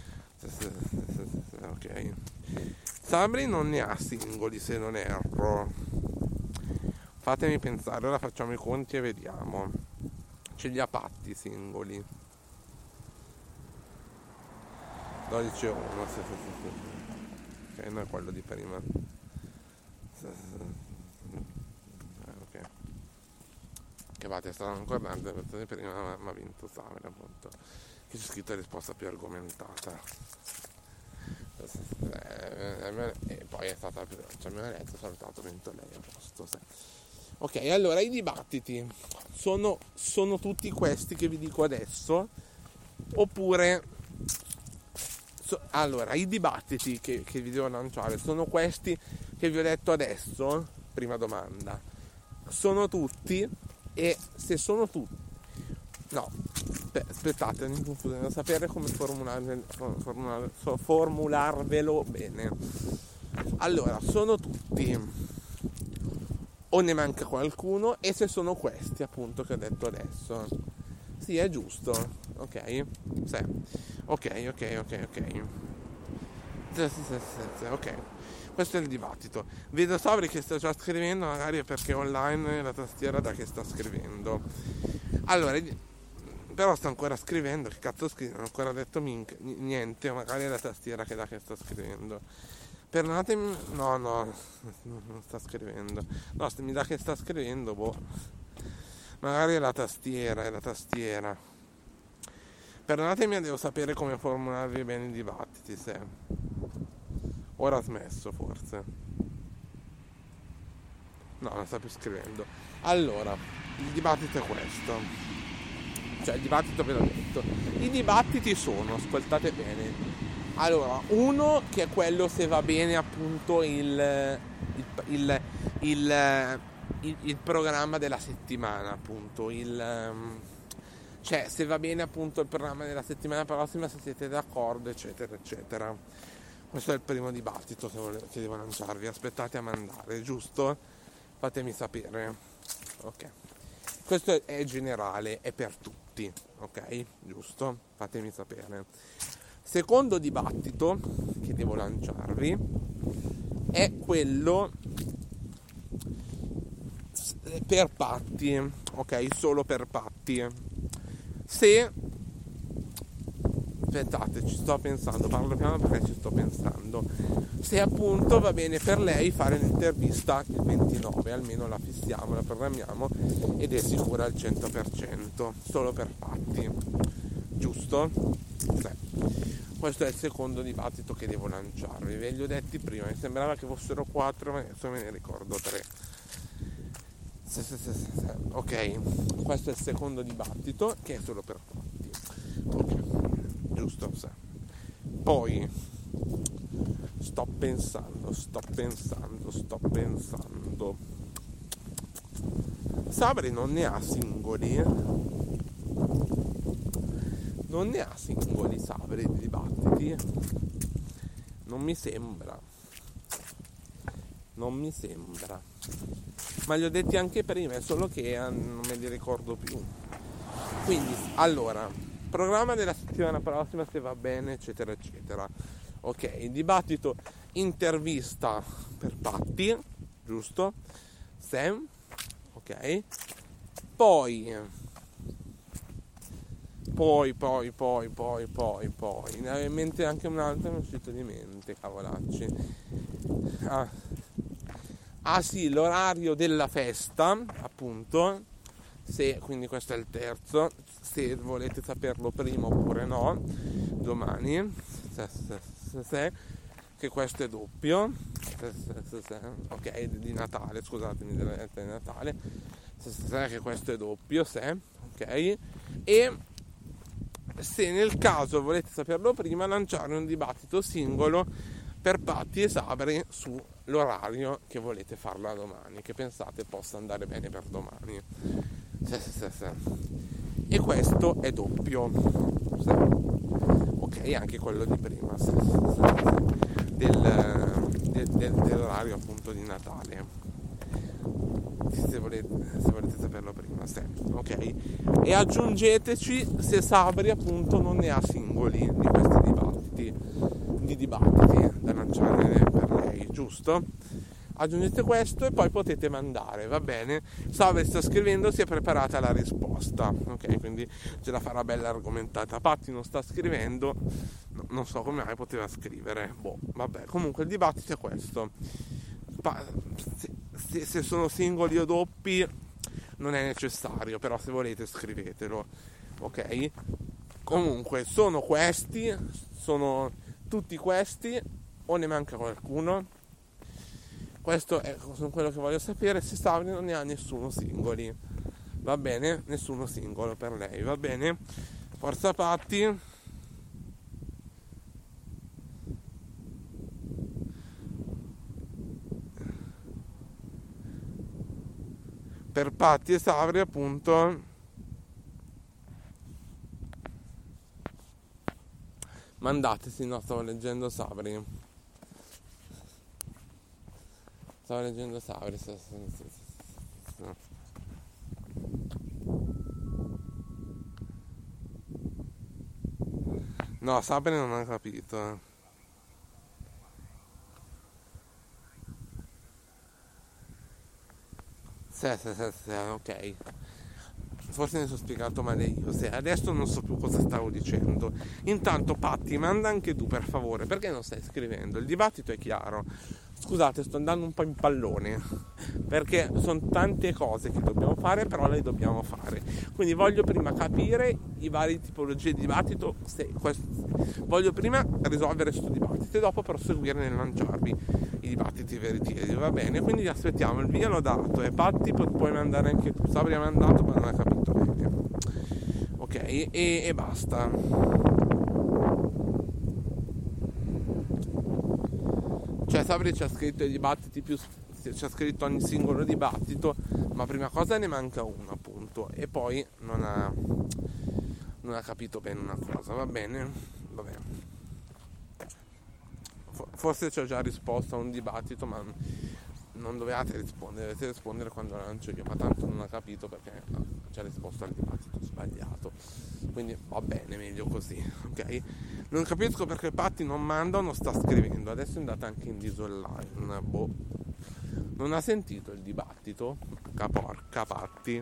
Ok. Sabri non ne ha singoli, se non erro. Fatemi pensare, ora facciamo i conti e vediamo. Ce li ha fatti i singoli. 12 1. Ok, non è quello di prima. Che vate, stavano guardando la versione prima, ma ha vinto Sabri, appunto. Che c'è scritto la risposta più argomentata. E poi è stata più, cioè mi ha letto, salutato, vinto lei, a posto. Ok, allora i dibattiti sono tutti questi che vi dico adesso, oppure allora i dibattiti che vi devo lanciare sono questi che vi ho detto adesso? Prima domanda. Sono tutti? E se sono tutti, no, aspettate, mi confuso, devo sapere come formularvelo bene. Allora, sono tutti o ne manca qualcuno, e se sono questi appunto che ho detto adesso. Sì, è giusto, ok? Sì. Ok. Ok. Questo è il dibattito. Vedo Sabri che sta già scrivendo, magari è perché online la tastiera da che sta scrivendo. Allora, però sta ancora scrivendo, che cazzo scrive? Non ho ancora detto niente, magari è la tastiera che da che sta scrivendo. Perdonatemi, no, non sta scrivendo. No, mi dà che sta scrivendo, boh. Magari è la tastiera. Perdonatemi, devo sapere come formularvi bene i dibattiti, se... Ora ha smesso forse. No, non sta più scrivendo. Allora, il dibattito è questo. Cioè, il dibattito ve l'ho detto. I dibattiti sono, ascoltate bene. Allora, uno che è quello se va bene appunto il programma della settimana, appunto. Cioè, se va bene appunto il programma della settimana prossima, se siete d'accordo, eccetera, eccetera. Questo è il primo dibattito che devo lanciarvi. Aspettate a mandare, giusto? Fatemi sapere. Ok. Questo è generale, è per tutti, ok? Giusto? Fatemi sapere. Secondo dibattito che devo lanciarvi è quello per patti, ok? Solo per patti. Se... Aspettate, ci sto pensando, parlo piano perché ci sto pensando. Se appunto va bene per lei fare l'intervista il 29, almeno la fissiamo, la programmiamo ed è sicura al 100%, solo per fatti, giusto? Sì. Questo è il secondo dibattito che devo lanciarvi, ve li ho detti prima, mi sembrava che fossero 4, ma adesso me ne ricordo 3. Ok, questo è il secondo dibattito che è solo per fatti. Ok. Giusto, sì. Poi sto pensando. Sabri non ne ha singoli? Non ne ha singoli Sabri di dibattiti? Non mi sembra. Ma li ho detti anche prima, è solo che non me li ricordo più. Quindi, allora, programma della settimana prossima se va bene, eccetera eccetera. Ok, dibattito, intervista per patti, giusto? Sam, ok. Poi ne avevo in mente anche un altro, mi è uscito di mente, cavolacci. Sì, l'orario della festa, appunto. Se, quindi questo è il terzo, se volete saperlo prima oppure no, domani, se, che questo è doppio, ok, di Natale, scusatemi, della diretta di Natale. Sai che questo è doppio, se, ok? E se nel caso volete saperlo prima, lanciare un dibattito singolo per Patti e Sabri sull'orario che volete farla domani, che pensate possa andare bene per domani. E questo è doppio, ok, anche quello di prima, dell'orario appunto di Natale, se volete saperlo prima, ok? E aggiungeteci se Sabri appunto non ne ha singoli di questi dibattiti da lanciare per lei, giusto? Aggiungete questo e poi potete mandare, va bene? Sabri sta scrivendo, si è preparata la risposta, ok? Quindi ce la farà bella argomentata. Patti non sta scrivendo, non so come mai poteva scrivere, vabbè, comunque il dibattito è questo. Se sono singoli o doppi non è necessario, però se volete scrivetelo, ok? Comunque sono tutti questi o ne manca qualcuno? Questo è quello che voglio sapere. Se Sabri non ne ha nessuno singoli, va bene? Nessuno singolo per lei, va bene? Forza Patti. Per Patti e Sabri appunto mandatesi. No, stavo leggendo Sabri. No, Sabri non ha capito. Ok. Forse ne sono spiegato male io. Adesso non so più cosa stavo dicendo. Intanto Patti, manda anche tu per favore, perché non stai scrivendo? Il dibattito è chiaro. Scusate, sto andando un po' in pallone, perché sono tante cose che dobbiamo fare, però le dobbiamo fare. Quindi voglio prima capire i vari tipologie di dibattito, voglio prima risolvere questo dibattito e dopo proseguire nel lanciarvi i dibattiti veritieri, va bene? Quindi aspettiamo, il via l'ho dato e Patti puoi mandare anche tu. Sabri ha mandato ma non ha capito bene, ok? E basta. Cioè Sabri ci ha scritto i dibattiti ci ha scritto ogni singolo dibattito, ma prima cosa ne manca uno appunto, e poi non ha capito bene una cosa, va bene? Forse ci ho già risposto a un dibattito, ma non dovevate rispondere, dovete rispondere quando lancio io, ma tanto non ha capito perché ci ha risposto al dibattito sbagliato, quindi va bene, meglio così, ok? Non capisco perché Patti non manda o non sta scrivendo. Adesso è andata anche in disorline, non ha sentito il dibattito? Caporca Patti,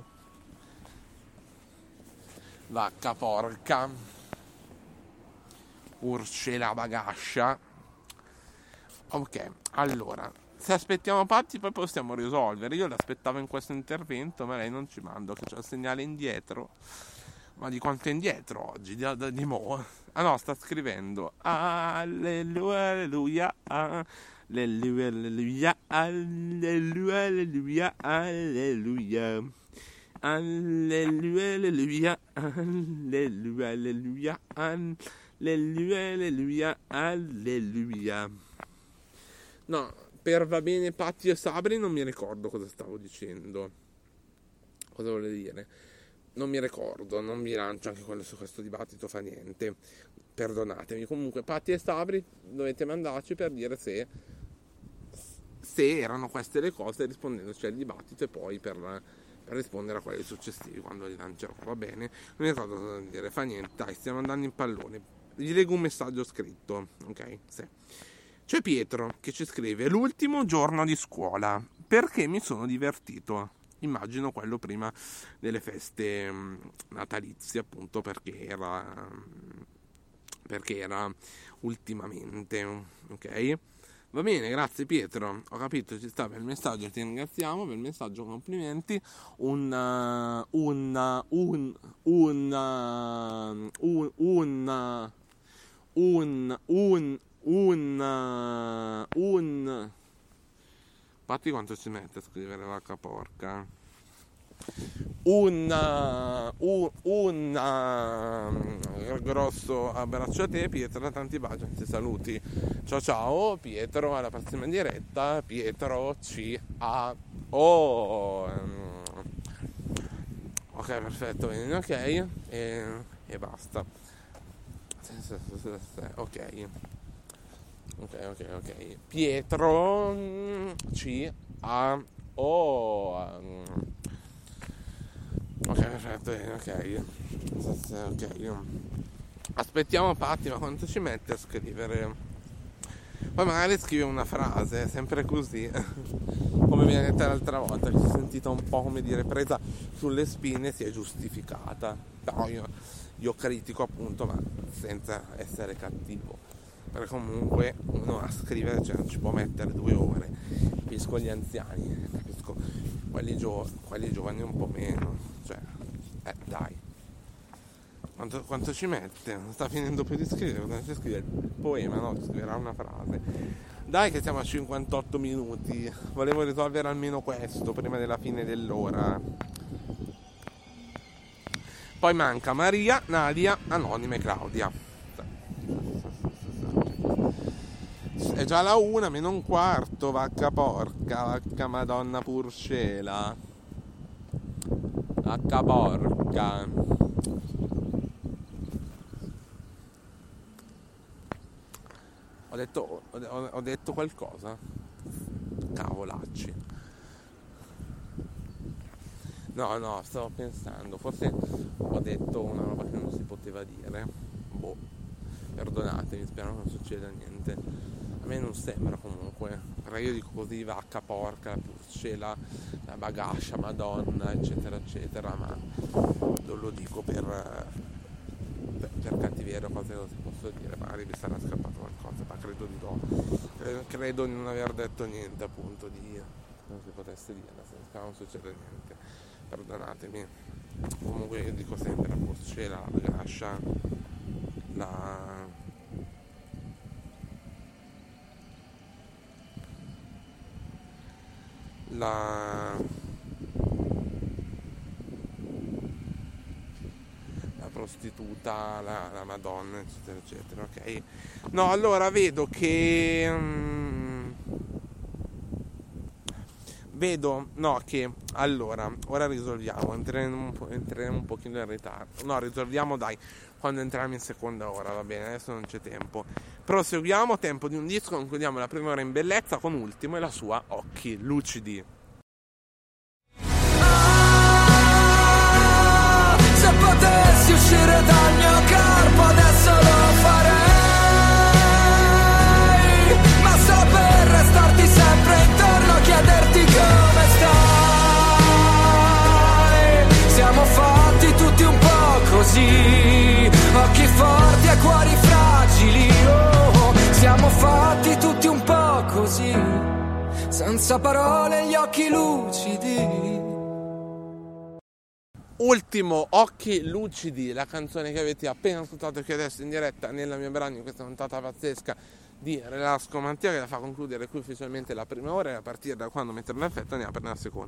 vacca porca, urcela bagascia. Ok, allora se aspettiamo Patti poi possiamo risolvere. Io l'aspettavo in questo intervento, ma lei non ci manda, che c'è il segnale indietro. Ma di quanto è indietro oggi? Di mo'? Ah no, sta scrivendo alleluia, alleluia, alleluia, alleluia, alleluia, alleluia, alleluia, alleluia, alleluia, alleluia, alleluia, alleluia. No, per va bene Patti e Sabri non mi ricordo cosa stavo dicendo. Cosa vuole dire? Non mi ricordo, non mi lancio anche quello su questo dibattito, fa niente, perdonatemi. Comunque Patti e Sabri dovete mandarci per dire se erano queste le cose, rispondendoci al dibattito, e poi per rispondere a quelli successivi quando li lancerò, va bene? Non mi ricordo cosa dire, fa niente, dai, stiamo andando in pallone. Gli leggo un messaggio scritto, ok? Sì. C'è Pietro che ci scrive: l'ultimo giorno di scuola, perché mi sono divertito. Immagino quello prima delle feste natalizie, appunto, perché era ultimamente, ok? Va bene, grazie Pietro, ho capito, ci sta per il messaggio, ti ringraziamo per il messaggio, complimenti. Un Patti quanto ci mette a scrivere vacca porca? un grosso abbraccio a te, Pietro, tanti baci, tanti saluti, ciao Pietro, alla prossima diretta. Pietro C.A.O. Ok, perfetto, bene, ok, e basta. Ok, Pietro C.A.O. Ok, perfetto, ok. Aspettiamo Patti, ma quanto ci mette a scrivere? Poi magari scrive una frase, sempre così, come viene detta l'altra volta, che si è sentita un po', come dire, presa sulle spine, si è giustificata. Però io critico appunto, ma senza essere cattivo, perché comunque uno a scrivere, cioè, non ci può mettere 2 ore. Capisco gli anziani, capisco quelli giovani un po' meno, cioè, dai, quanto ci mette? Non sta finendo più di scrivere, non si scrive il poema, no, scriverà una frase. Dai che siamo a 58 minuti, volevo risolvere almeno questo prima della fine dell'ora. Poi manca Maria, Nadia, Anonima e Claudia. È già la 1 meno un quarto, vacca porca, vacca madonna purcela, vacca porca. Ho detto qualcosa? Cavolacci. No, stavo pensando, forse ho detto una roba che non si poteva dire. Perdonatemi, spero non succeda niente. A me non sembra comunque, però io dico così, vacca porca, la purcella, la bagascia, madonna, eccetera eccetera, ma non lo dico per cattiveria, cose non si posso dire, magari mi sarà scappato qualcosa, ma credo di no, credo di non aver detto niente appunto di non si potesse dire, spero non succeda niente, perdonatemi. Comunque io dico sempre la purcella, la bagascia, la prostituta, la madonna, eccetera eccetera, ok? No, allora vedo che allora ora risolviamo, entreremo un pochino in ritardo. No, risolviamo dai quando entriamo in seconda ora, va bene, adesso non c'è tempo. Proseguiamo, tempo di un disco, concludiamo la prima ora in bellezza con Ultimo e la sua Occhi Lucidi. Se potessi uscire dal mio corpo adesso lo farei, ma solo per restarti sempre intorno, chiederti come stai. Siamo fatti tutti un po' così, occhi forti e cuori fragili, oh, siamo fatti tutti un po' così, senza parole gli occhi lucidi. Ultimo, Occhi Lucidi, la canzone che avete appena ascoltato qui adesso in diretta nella mia brano, in questa puntata pazzesca di Relasco Mattia, che la fa concludere qui ufficialmente la prima ora, e a partire da quando mettere l'effetto ne apre la seconda.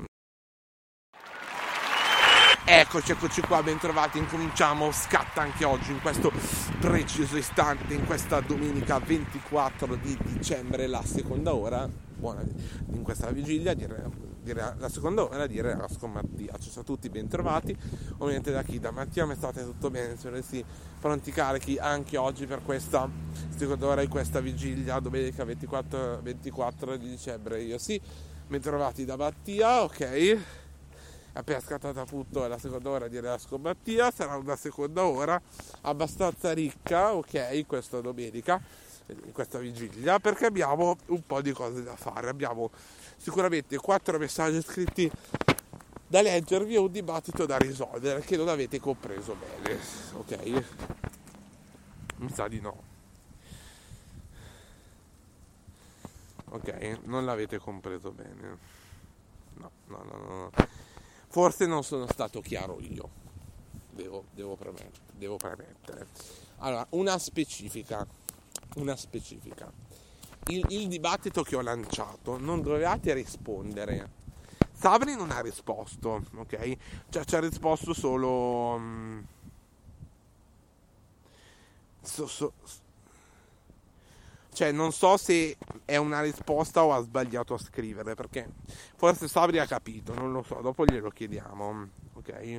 Eccoci qua, bentrovati, incominciamo, scatta anche oggi in questo preciso istante, in questa domenica 24 di dicembre, la seconda ora, buona in questa vigilia, la seconda ora di Relasco Mattia. Ci sono tutti bentrovati, ovviamente da chi? Da Mattia, mi state tutto bene, sì, pronti carichi anche oggi per questa seconda ora di questa vigilia, domenica 24 di dicembre, io sì, bentrovati da Mattia, ok. Appena scattata appunto la seconda ora di Relasco Mattia, sarà una seconda ora abbastanza ricca, ok, questa domenica, in questa vigilia, perché abbiamo un po' di cose da fare. Abbiamo sicuramente 4 messaggi scritti da leggervi e un dibattito da risolvere, che non avete compreso bene, ok? Mi sa di no. Ok, non l'avete compreso bene. No. Forse non sono stato chiaro io, devo premettere. Allora, una specifica. Il dibattito che ho lanciato non dovevate rispondere Sabri non ha risposto, ok? Cioè ci ha risposto solo cioè non so se è una risposta o ha sbagliato a scrivere, perché forse Sabri ha capito, non lo so, dopo glielo chiediamo, ok?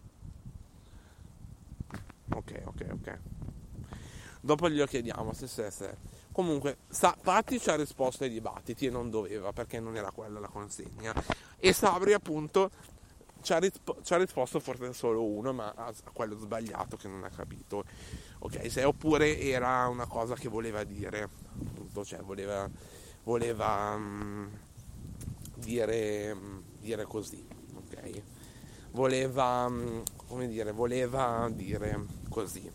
Ok. Dopo glielo chiediamo se. Comunque Patti ci ha risposto ai dibattiti e non doveva, perché non era quella la consegna, e Sabri appunto ci ha risposto forse solo uno, ma a quello sbagliato che non ha capito, ok? Oppure era una cosa che voleva dire, appunto, cioè voleva dire così, ok? Voleva dire così.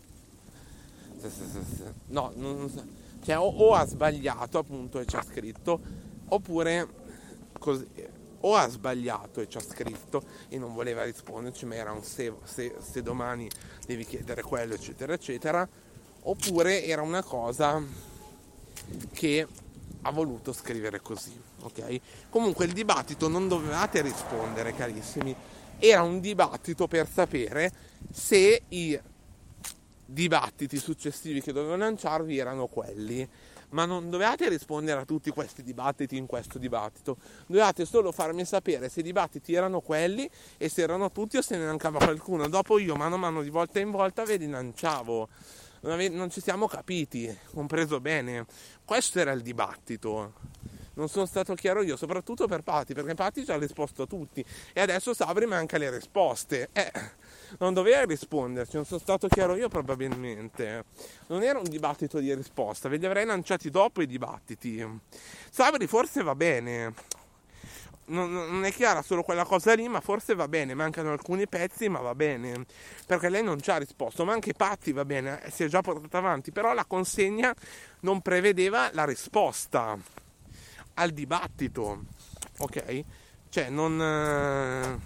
No, cioè o ha sbagliato appunto e ci ha scritto, oppure così, o ha sbagliato e ci ha scritto e non voleva risponderci, ma era un se domani devi chiedere quello, eccetera eccetera, oppure era una cosa che ha voluto scrivere così, ok? Comunque il dibattito non dovevate rispondere, carissimi, era un dibattito per sapere se i dibattiti successivi che dovevo lanciarvi erano quelli, ma non dovevate rispondere a tutti questi dibattiti in questo dibattito, dovevate solo farmi sapere se i dibattiti erano quelli e se erano tutti o se ne mancava qualcuno. Dopo io mano a mano, di volta in volta, ve li lanciavo. Non ci siamo capiti, compreso bene. Questo era il dibattito. Non sono stato chiaro io, soprattutto per Patti, perché Patti ci ha risposto a tutti e adesso Sabri manca le risposte. Non doveva risponderci, non sono stato chiaro io probabilmente. Non era un dibattito di risposta, ve li avrei lanciati dopo i dibattiti. Sabri forse va bene, non è chiara solo quella cosa lì, ma forse va bene, mancano alcuni pezzi, ma va bene, perché lei non ci ha risposto, ma anche Patti va bene, si è già portata avanti, però la consegna non prevedeva la risposta al dibattito, ok? Cioè non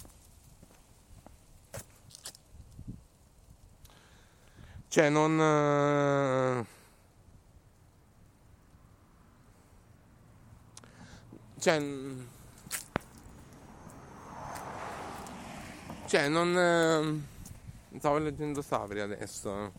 stavo leggendo Sabri adesso,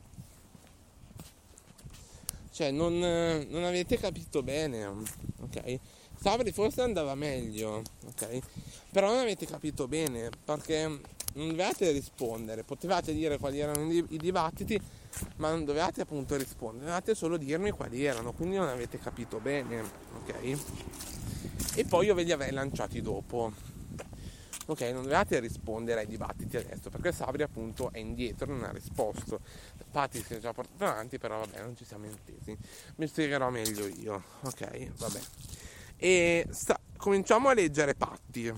cioè non avete capito bene, ok? Sabri forse andava meglio, ok? Però non avete capito bene, perché non dovevate rispondere, potevate dire quali erano i dibattiti, ma non dovevate appunto rispondere, dovevate solo dirmi quali erano, quindi non avete capito bene, ok? E poi io ve li avrei lanciati dopo, ok? Non dovevate rispondere ai dibattiti adesso, perché Sabri appunto è indietro, non ha risposto. Patti si è già portato avanti, però vabbè, non ci siamo intesi, mi spiegherò meglio io, ok? Vabbè. E cominciamo a leggere Patti.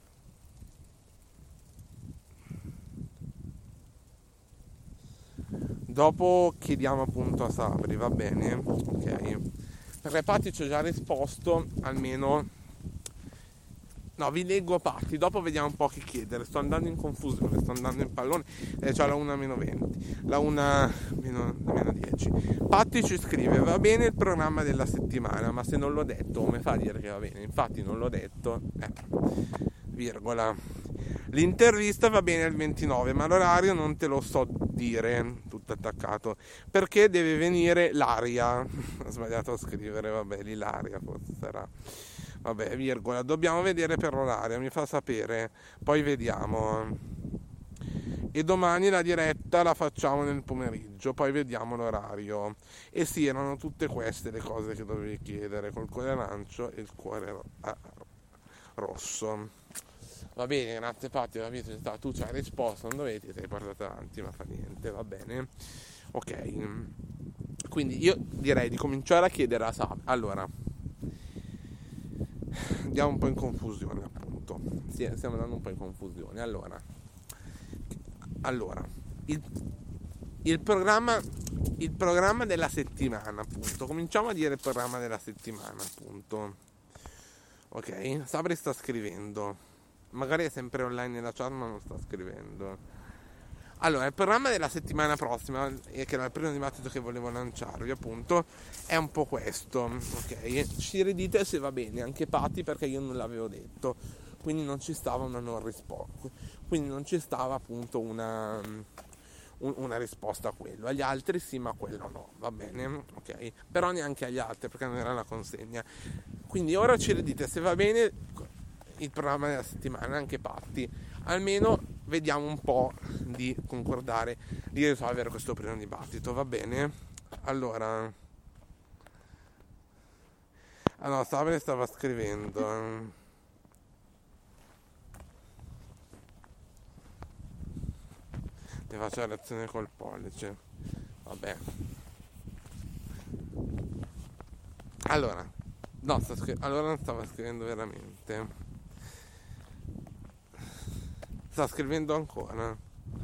Dopo chiediamo appunto a Sabri, va bene? Ok. Perché Patti ci ha già risposto, almeno. No, vi leggo Patti, dopo vediamo un po' che chiedere. Sto andando in confusione, sto andando in pallone. C'ho la 1-20, la 1-10. Patti ci scrive: va bene il programma della settimana, ma se non l'ho detto, come fa a dire che va bene? Infatti non l'ho detto, virgola. L'intervista va bene il 29, ma l'orario non te lo so dire, tutto attaccato, perché deve venire l'aria. Ho sbagliato a scrivere, vabbè, l'Ilaria forse sarà. Vabbè, virgola, dobbiamo vedere per l'orario, mi fa sapere, poi vediamo. E domani la diretta la facciamo nel pomeriggio, poi vediamo l'orario. E sì, erano tutte queste le cose che dovevi chiedere, col cuore arancio e il cuore rosso. Va bene, grazie Patti, tu ci hai risposto, non dovevi, ti sei portato avanti, ma fa niente, va bene. Ok, quindi io direi di cominciare a chiedere a Sabri. Allora, andiamo un po' in confusione, appunto. Sì, stiamo andando un po' in confusione. Allora il programma della settimana, appunto. Cominciamo a dire il programma della settimana, appunto. Ok, Sabri sta scrivendo. Magari è sempre online nella chat, ma non sta scrivendo. Allora, il programma della settimana prossima, che era il primo dibattito che volevo lanciarvi, appunto, è un po' questo, ok? Ci ridite se va bene, anche Patti, perché io non l'avevo detto. quindi non ci stava una non risposta, quindi non ci stava appunto una risposta a quello. Agli altri sì, ma a quello no, va bene, ok, però neanche agli altri perché non era la consegna. Quindi ora ci dite se va bene il programma della settimana, anche Patti, almeno vediamo un po' di concordare di risolvere questo primo dibattito, va bene? Allora Sabine stava scrivendo le faccio la reazione col pollice, vabbè. Allora non stava scrivendo veramente, sta scrivendo ancora,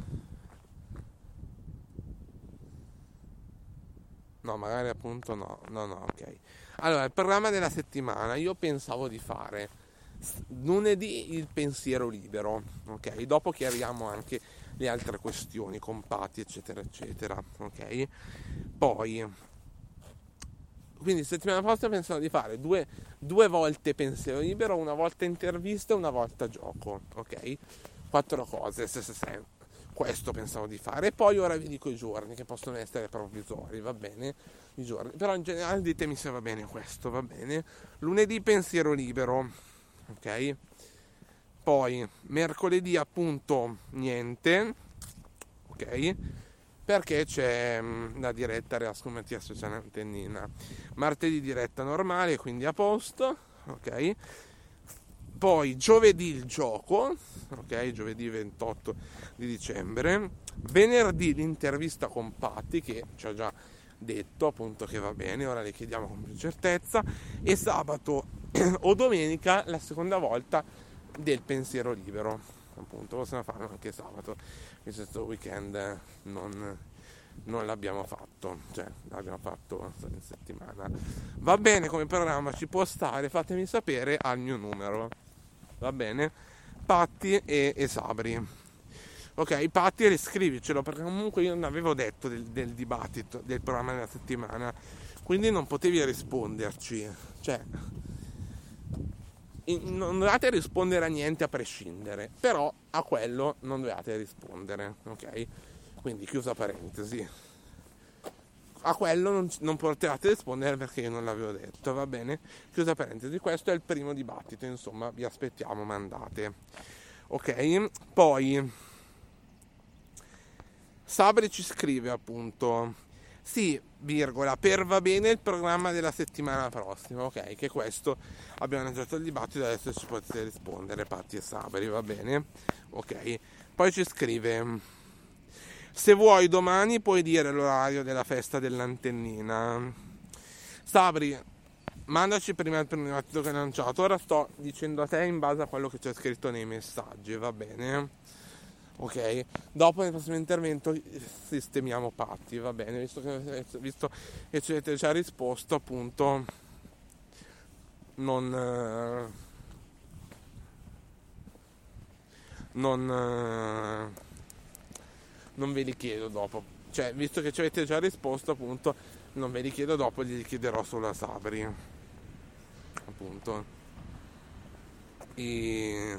no magari appunto no, ok. Allora, il programma della settimana, io pensavo di fare lunedì il pensiero libero, ok, dopo chiariamo anche le altre questioni, compati eccetera eccetera, ok. Poi quindi settimana prossima pensavo di fare due volte pensiero libero, una volta intervista e una volta gioco, ok, 4 cose, se. Questo pensavo di fare, e poi ora vi dico i giorni che possono essere provvisori, va bene, i giorni, però in generale ditemi se va bene questo, va bene. Lunedì pensiero libero, ok, poi mercoledì appunto niente, ok, perché c'è la diretta Reasco Mattia Sociale Antennina. Martedì diretta normale, quindi a posto, ok. Poi giovedì il gioco, ok, giovedì 28 di dicembre. Venerdì l'intervista con Patti, che ci ho già detto appunto che va bene, ora le chiediamo con più certezza. E sabato o domenica la seconda volta del pensiero libero, appunto, possiamo farlo anche sabato, che questo weekend non l'abbiamo fatto, cioè l'abbiamo fatto in settimana. Va bene, come programma ci può stare, fatemi sapere al mio numero, va bene? Patti e Sabri, ok. Patti, riscrivicelo, perché comunque io non avevo detto del dibattito del programma della settimana, quindi non potevi risponderci, cioè non dovevate rispondere a niente a prescindere, però a quello non dovevate rispondere, ok. Quindi chiusa parentesi, a quello non potevate rispondere perché io non l'avevo detto, va bene, chiusa parentesi. Questo è il primo dibattito, insomma, vi aspettiamo, mandate, ok. Poi Sabri ci scrive appunto, sì, virgola, per va bene il programma della settimana prossima, ok, che questo abbiamo lanciato il dibattito, adesso ci potete rispondere Patti e Sabri, va bene, ok. Poi ci scrive, se vuoi domani puoi dire l'orario della festa dell'antennina. Sabri, mandaci prima il primo dibattito che hai lanciato, ora sto dicendo a te in base a quello che c'è scritto nei messaggi, va bene, ok. Dopo nel prossimo intervento sistemiamo Patti, va bene, visto che ci avete già risposto, appunto non ve li chiedo dopo, cioè visto che ci avete già risposto, appunto non ve li chiedo dopo, li chiederò solo a Sabri, appunto i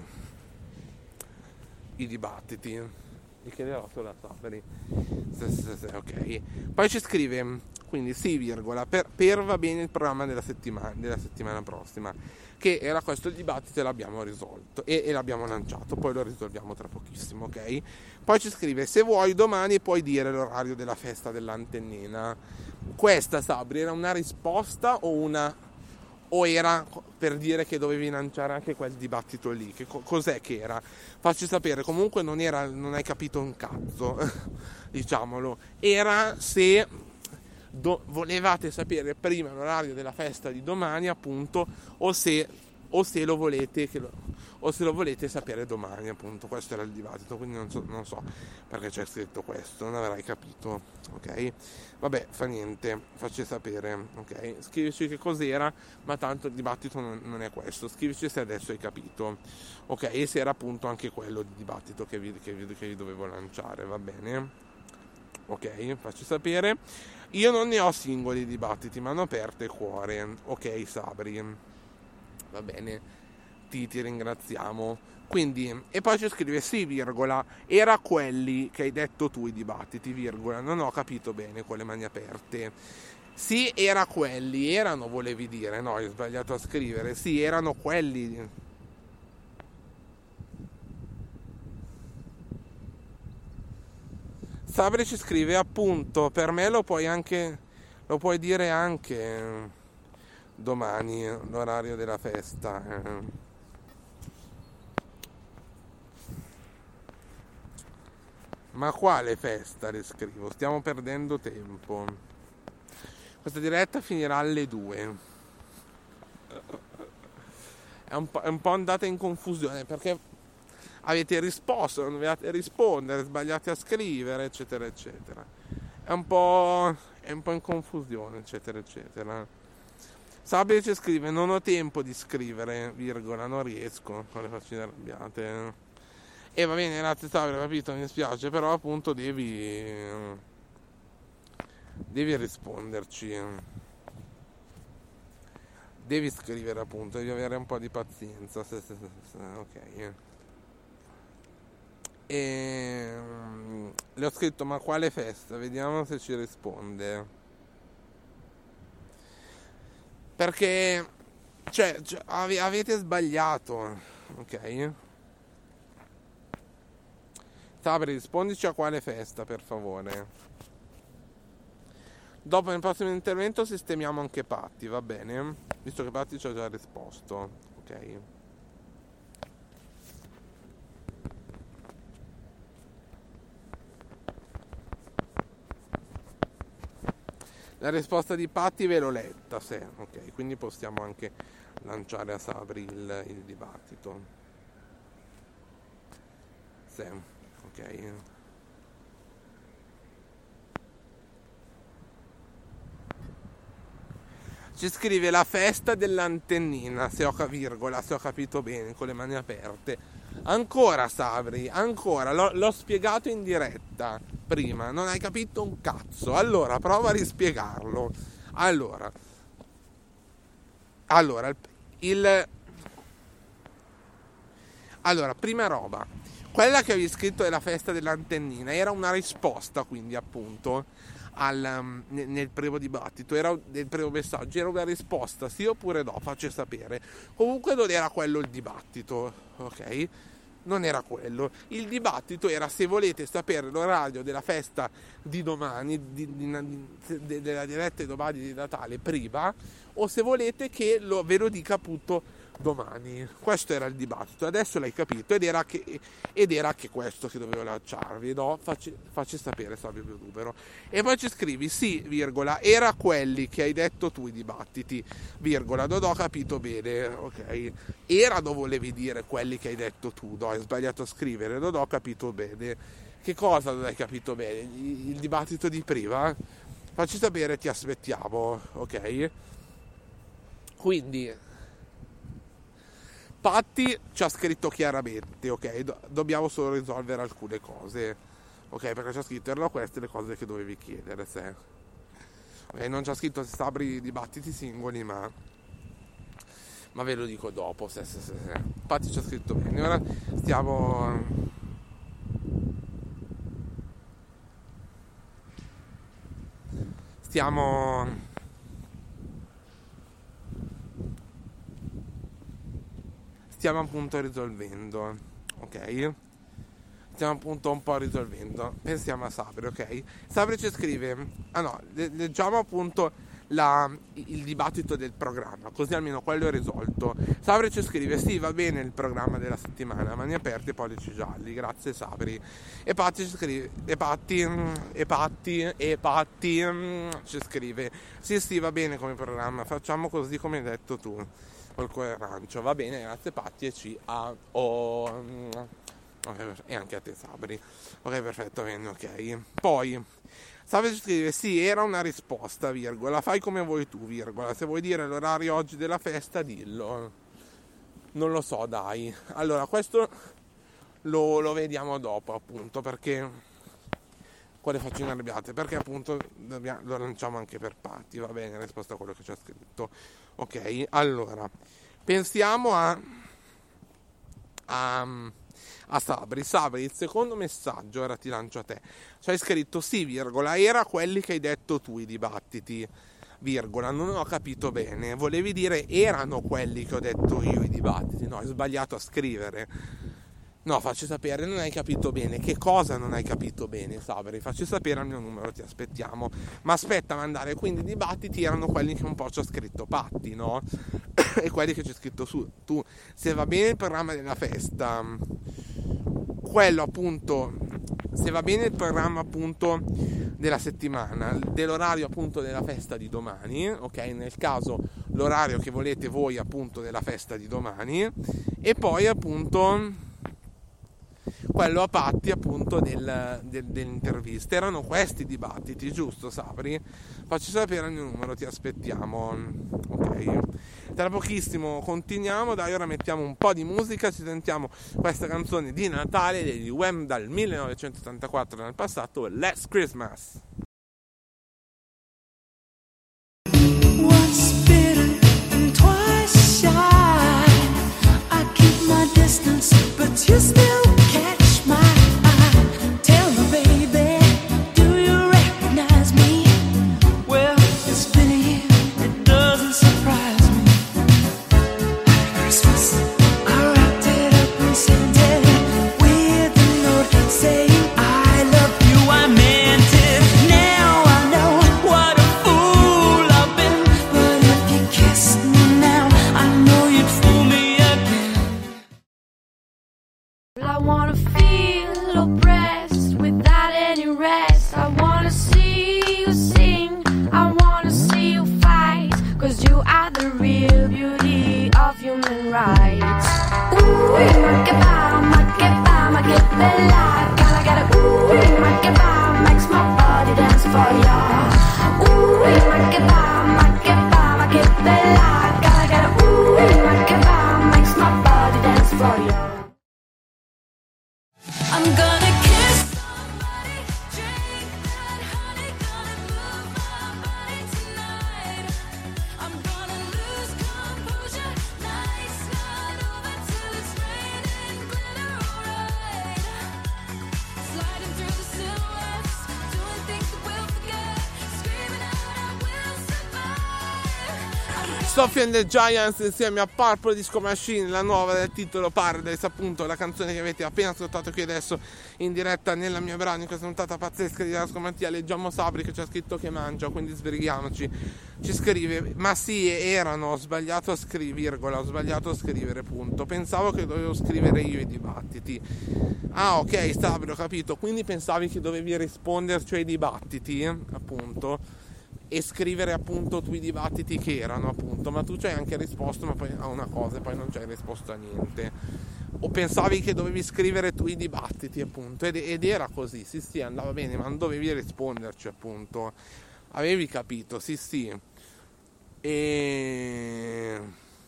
dibattiti li chiederò solo a Sabri, ok. Poi ci scrive, quindi sì, virgola, per va bene il programma della settimana prossima, che era questo il dibattito, e l'abbiamo risolto e l'abbiamo lanciato, poi lo risolviamo tra pochissimo, ok. Poi ci scrive, se vuoi domani puoi dire l'orario della festa dell'antennina. Questa, Sabri, era una risposta o era per dire che dovevi lanciare anche quel dibattito lì? Che cos'è che era? Facci sapere. Comunque non hai capito un cazzo, diciamolo. Era se volevate sapere prima l'orario della festa di domani, appunto, o se lo volete sapere domani, appunto. Questo era il dibattito, quindi non so perché c'è scritto questo, non avrai capito, ok. Vabbè, fa niente, facci sapere, ok. Scrivici che cos'era, ma tanto il dibattito non è questo. Scrivici se adesso hai capito, ok, e se era appunto anche quello di dibattito che vi dovevo lanciare, va bene, ok. Facci sapere. Io non ne ho singoli dibattiti, ma hanno aperto il cuore, ok, Sabri, va bene. Patti, ti ringraziamo. Quindi, e poi ci scrive sì, virgola, era quelli che hai detto tu i dibattiti, virgola, non ho capito bene con le mani aperte. Sì, era quelli, erano volevi dire, no, hai sbagliato a scrivere, sì, erano quelli. Sabri ci scrive appunto, per me lo puoi dire anche domani, l'orario della festa. Ma quale festa, le scrivo? Stiamo perdendo tempo. Questa diretta finirà alle 2. È un po' andata in confusione perché avete risposto, non dovevate rispondere, sbagliate a scrivere, eccetera, eccetera. È un po' in confusione, eccetera, eccetera. Sabri ci scrive, non ho tempo di scrivere, virgola, non riesco, con le faccine arrabbiate. E va bene, grazie Sabri, capito, mi spiace, però appunto devi risponderci, devi scrivere, appunto, devi avere un po' di pazienza, ok. E le ho scritto ma quale festa, vediamo se ci risponde, perché avete sbagliato, ok. Sabri, rispondici a quale festa, per favore. Dopo, nel prossimo intervento, sistemiamo anche Patti, va bene? Visto che Patti ci ha già risposto, ok? La risposta di Patti ve l'ho letta, sì, ok, quindi possiamo anche lanciare a Sabri il dibattito. Sì, ok. Ci scrive la festa dell'antennina, se ho capito bene, con le mani aperte. Ancora Sabri, ancora, l'ho spiegato in diretta prima, non hai capito un cazzo. Allora, prova a rispiegarlo. Allora, prima roba, quella che avevi scritto della festa dell'antennina era una risposta, quindi appunto nel primo dibattito, era nel primo messaggio, era una risposta sì oppure no, faccio sapere. Comunque non era quello il dibattito, ok? Non era quello. Il dibattito era se volete sapere l'orario della festa di domani, della diretta di domani di Natale prima, o se volete che ve lo dica appunto domani. Questo era il dibattito, adesso l'hai capito, ed era che questo che dovevo lanciarvi, no? Facci sapere, Sabri il numero. E poi ci scrivi sì, virgola, era quelli che hai detto tu i dibattiti, virgola, non ho capito bene, ok? Erano volevi dire quelli che hai detto tu, no? Hai sbagliato a scrivere, non ho capito bene. Che cosa non hai capito bene? Il dibattito di prima? Facci sapere, ti aspettiamo, ok? Quindi Patti ci ha scritto chiaramente, ok? Dobbiamo solo risolvere alcune cose, ok? Perché ci ha scritto, erano queste le cose che dovevi chiedere, se. Ok, non ci ha scritto se Sabri dibattiti singoli, ma ve lo dico dopo, se. Patti ci ha scritto bene. Ora stiamo appunto risolvendo, ok? Stiamo appunto un po' risolvendo. Pensiamo a Sabri, ok? Sabri ci scrive, leggiamo appunto il dibattito del programma, così almeno quello è risolto. Sabri ci scrive, sì, va bene il programma della settimana, mani aperte e pollici gialli, grazie Sabri. E Patti ci scrive, ci scrive, sì, va bene come programma, facciamo così come hai detto tu, col cuore arancio, va bene, grazie Patti e okay, e anche a te Sabri, ok, perfetto, bene, ok. Poi Sabri scrive sì, era una risposta, virgola, fai come vuoi tu, virgola, se vuoi dire l'orario oggi della festa dillo, non lo so, dai. Allora questo lo vediamo dopo, appunto, perché quale faccine arrabbiate, perché appunto lo lanciamo anche per Patti, va bene, risposta a quello che c'è scritto, ok. Allora pensiamo a a Sabri, il secondo messaggio, ora ti lancio a te, cioè hai scritto sì, virgola, era quelli che hai detto tu i dibattiti, virgola, non ho capito bene, volevi dire erano quelli che ho detto io i dibattiti, no, hai sbagliato a scrivere, no, facci sapere, non hai capito bene, che cosa non hai capito bene, Sabri, facci sapere al mio numero, ti aspettiamo, ma aspetta a mandare, quindi i dibattiti erano quelli che un po' ci ho scritto Patti, no? E quelli che c'è scritto su, tu, se va bene il programma della festa, quello appunto, se va bene il programma appunto della settimana, dell'orario appunto della festa di domani, ok, nel caso l'orario che volete voi appunto della festa di domani, e poi appunto quello a Patti appunto dell'intervista, erano questi dibattiti, giusto Sabri? Facci sapere il mio numero, ti aspettiamo, ok? Tra pochissimo continuiamo, dai, ora mettiamo un po' di musica, ci sentiamo questa canzone di Natale degli Wham dal 1984 nel passato, Last Christmas. Once bitter and twice shy, I keep my distance, but you still catch my eye. Tell me, baby, do you recognize me? Well, it's been a year, it doesn't surprise me. Christmas, I wrapped it up and sent it with a note saying I love you, I meant it. Now I know what a fool I've been, but if you kissed me now, I know you'd fool me again. I wanna feel oppressed without any rest. I wanna see you sing, I wanna see you fight, 'cause you are the real beauty of human rights. Ma che bella, gotta get a ma che va, makes my body dance for ya. Ma che va, ma che bella, gotta get a ma che va, makes my body dance for ya. I'm gonna kiss somebody, drink that honey, gonna move my body tonight. I'm gonna lose composure, night's not over till it's raining glitter, alright. Sliding through the silhouettes, doing things that we'll forget, screaming out I will survive. Sophie and the Giants insieme a Purple Disco Machine, la nuova del titolo Paradise, appunto la canzone che avete appena ascoltato qui adesso in diretta nella mia brano, in questa puntata pazzesca di Rasco Mattia. Leggiamo Sabri che ci ha scritto che mangia, quindi sbrighiamoci. Ci scrive, ma sì, erano, ho sbagliato a scrivere, punto. Pensavo che dovevo scrivere io i dibattiti. Ah, ok, Sabri, ho capito, quindi pensavi che dovevi risponderci ai dibattiti, appunto, e scrivere appunto tu i dibattiti che erano, appunto, ma tu ci hai anche risposto ma poi a una cosa e poi non ci hai risposto a niente, o pensavi che dovevi scrivere tu i dibattiti, appunto, ed era così, sì, andava bene, ma non dovevi risponderci, appunto, avevi capito, sì, e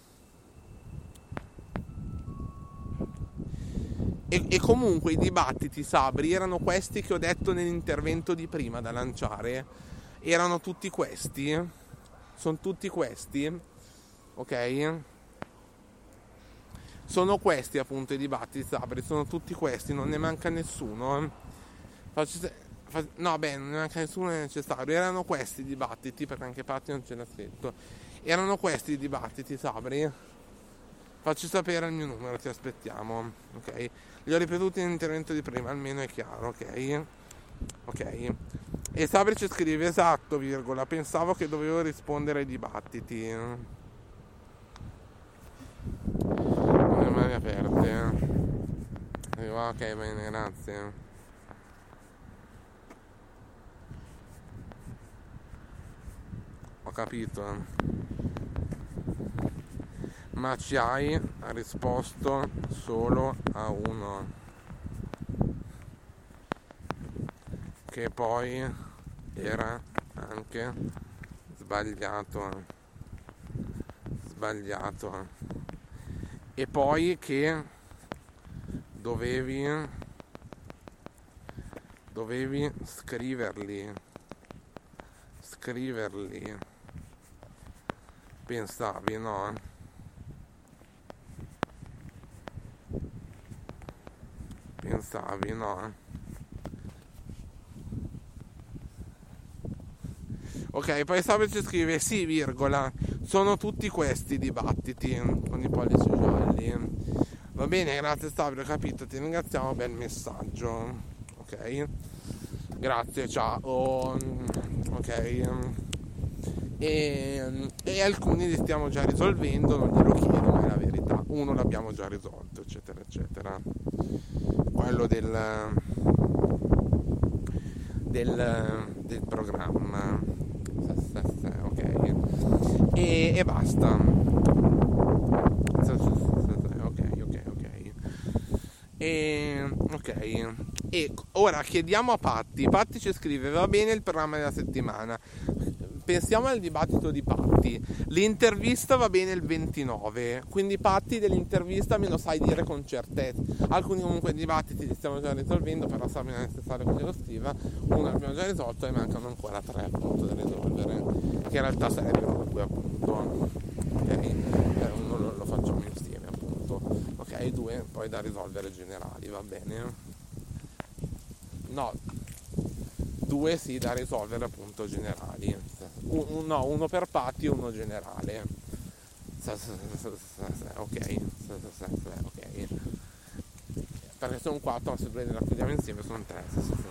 comunque i dibattiti, Sabri, erano questi che ho detto nell'intervento di prima da lanciare. Erano tutti questi, sono tutti questi, ok? Sono questi appunto i dibattiti, Sabri, sono tutti questi, non ne manca nessuno. No, beh, non ne manca nessuno, è necessario. Erano questi i dibattiti, perché anche Patti non ce l'ha scritto. Erano questi i dibattiti, Sabri. Facci sapere il mio numero, ti aspettiamo, ok? Li ho ripetuti nell'intervento di prima, almeno è chiaro, ok? Ok, e Sabri ci scrive, esatto, virgola, pensavo che dovevo rispondere ai dibattiti. Con le mani aperte. Ok, bene, grazie. Ho capito. Ma ci hai risposto solo a uno, che poi era anche sbagliato, e poi che dovevi scriverli, pensavi, no? pensavi, no? Ok, poi Sabri ci scrive: sì, virgola, sono tutti questi dibattiti con i pollici gialli. Va bene, grazie Sabri, ho capito, ti ringraziamo, bel messaggio. Ok, grazie, ciao. Ok, e alcuni li stiamo già risolvendo, non glielo chiedo, ma è la verità. Uno l'abbiamo già risolto, eccetera eccetera. Quello del programma. Ok, e basta. Ok. E ora chiediamo a Patti. Patti ci scrive: va bene il programma della settimana, pensiamo al dibattito di Patti, l'intervista va bene il 29, quindi Patti dell'intervista me lo sai dire con certezza. Alcuni comunque dibattiti li stiamo già risolvendo, però sappiamo necessario che ce lo scriva. Uno l'abbiamo già risolto e mancano ancora 3 appunto da risolvere, che in realtà sarebbero 2 appunto. Ok, uno lo facciamo insieme appunto. Ok, 2 poi da risolvere generali, va bene? No, 2 sì da risolvere appunto generali. Uno per Patti e uno generale. Ok. Perché sono 4, ma se la chiudiamo insieme sono 3.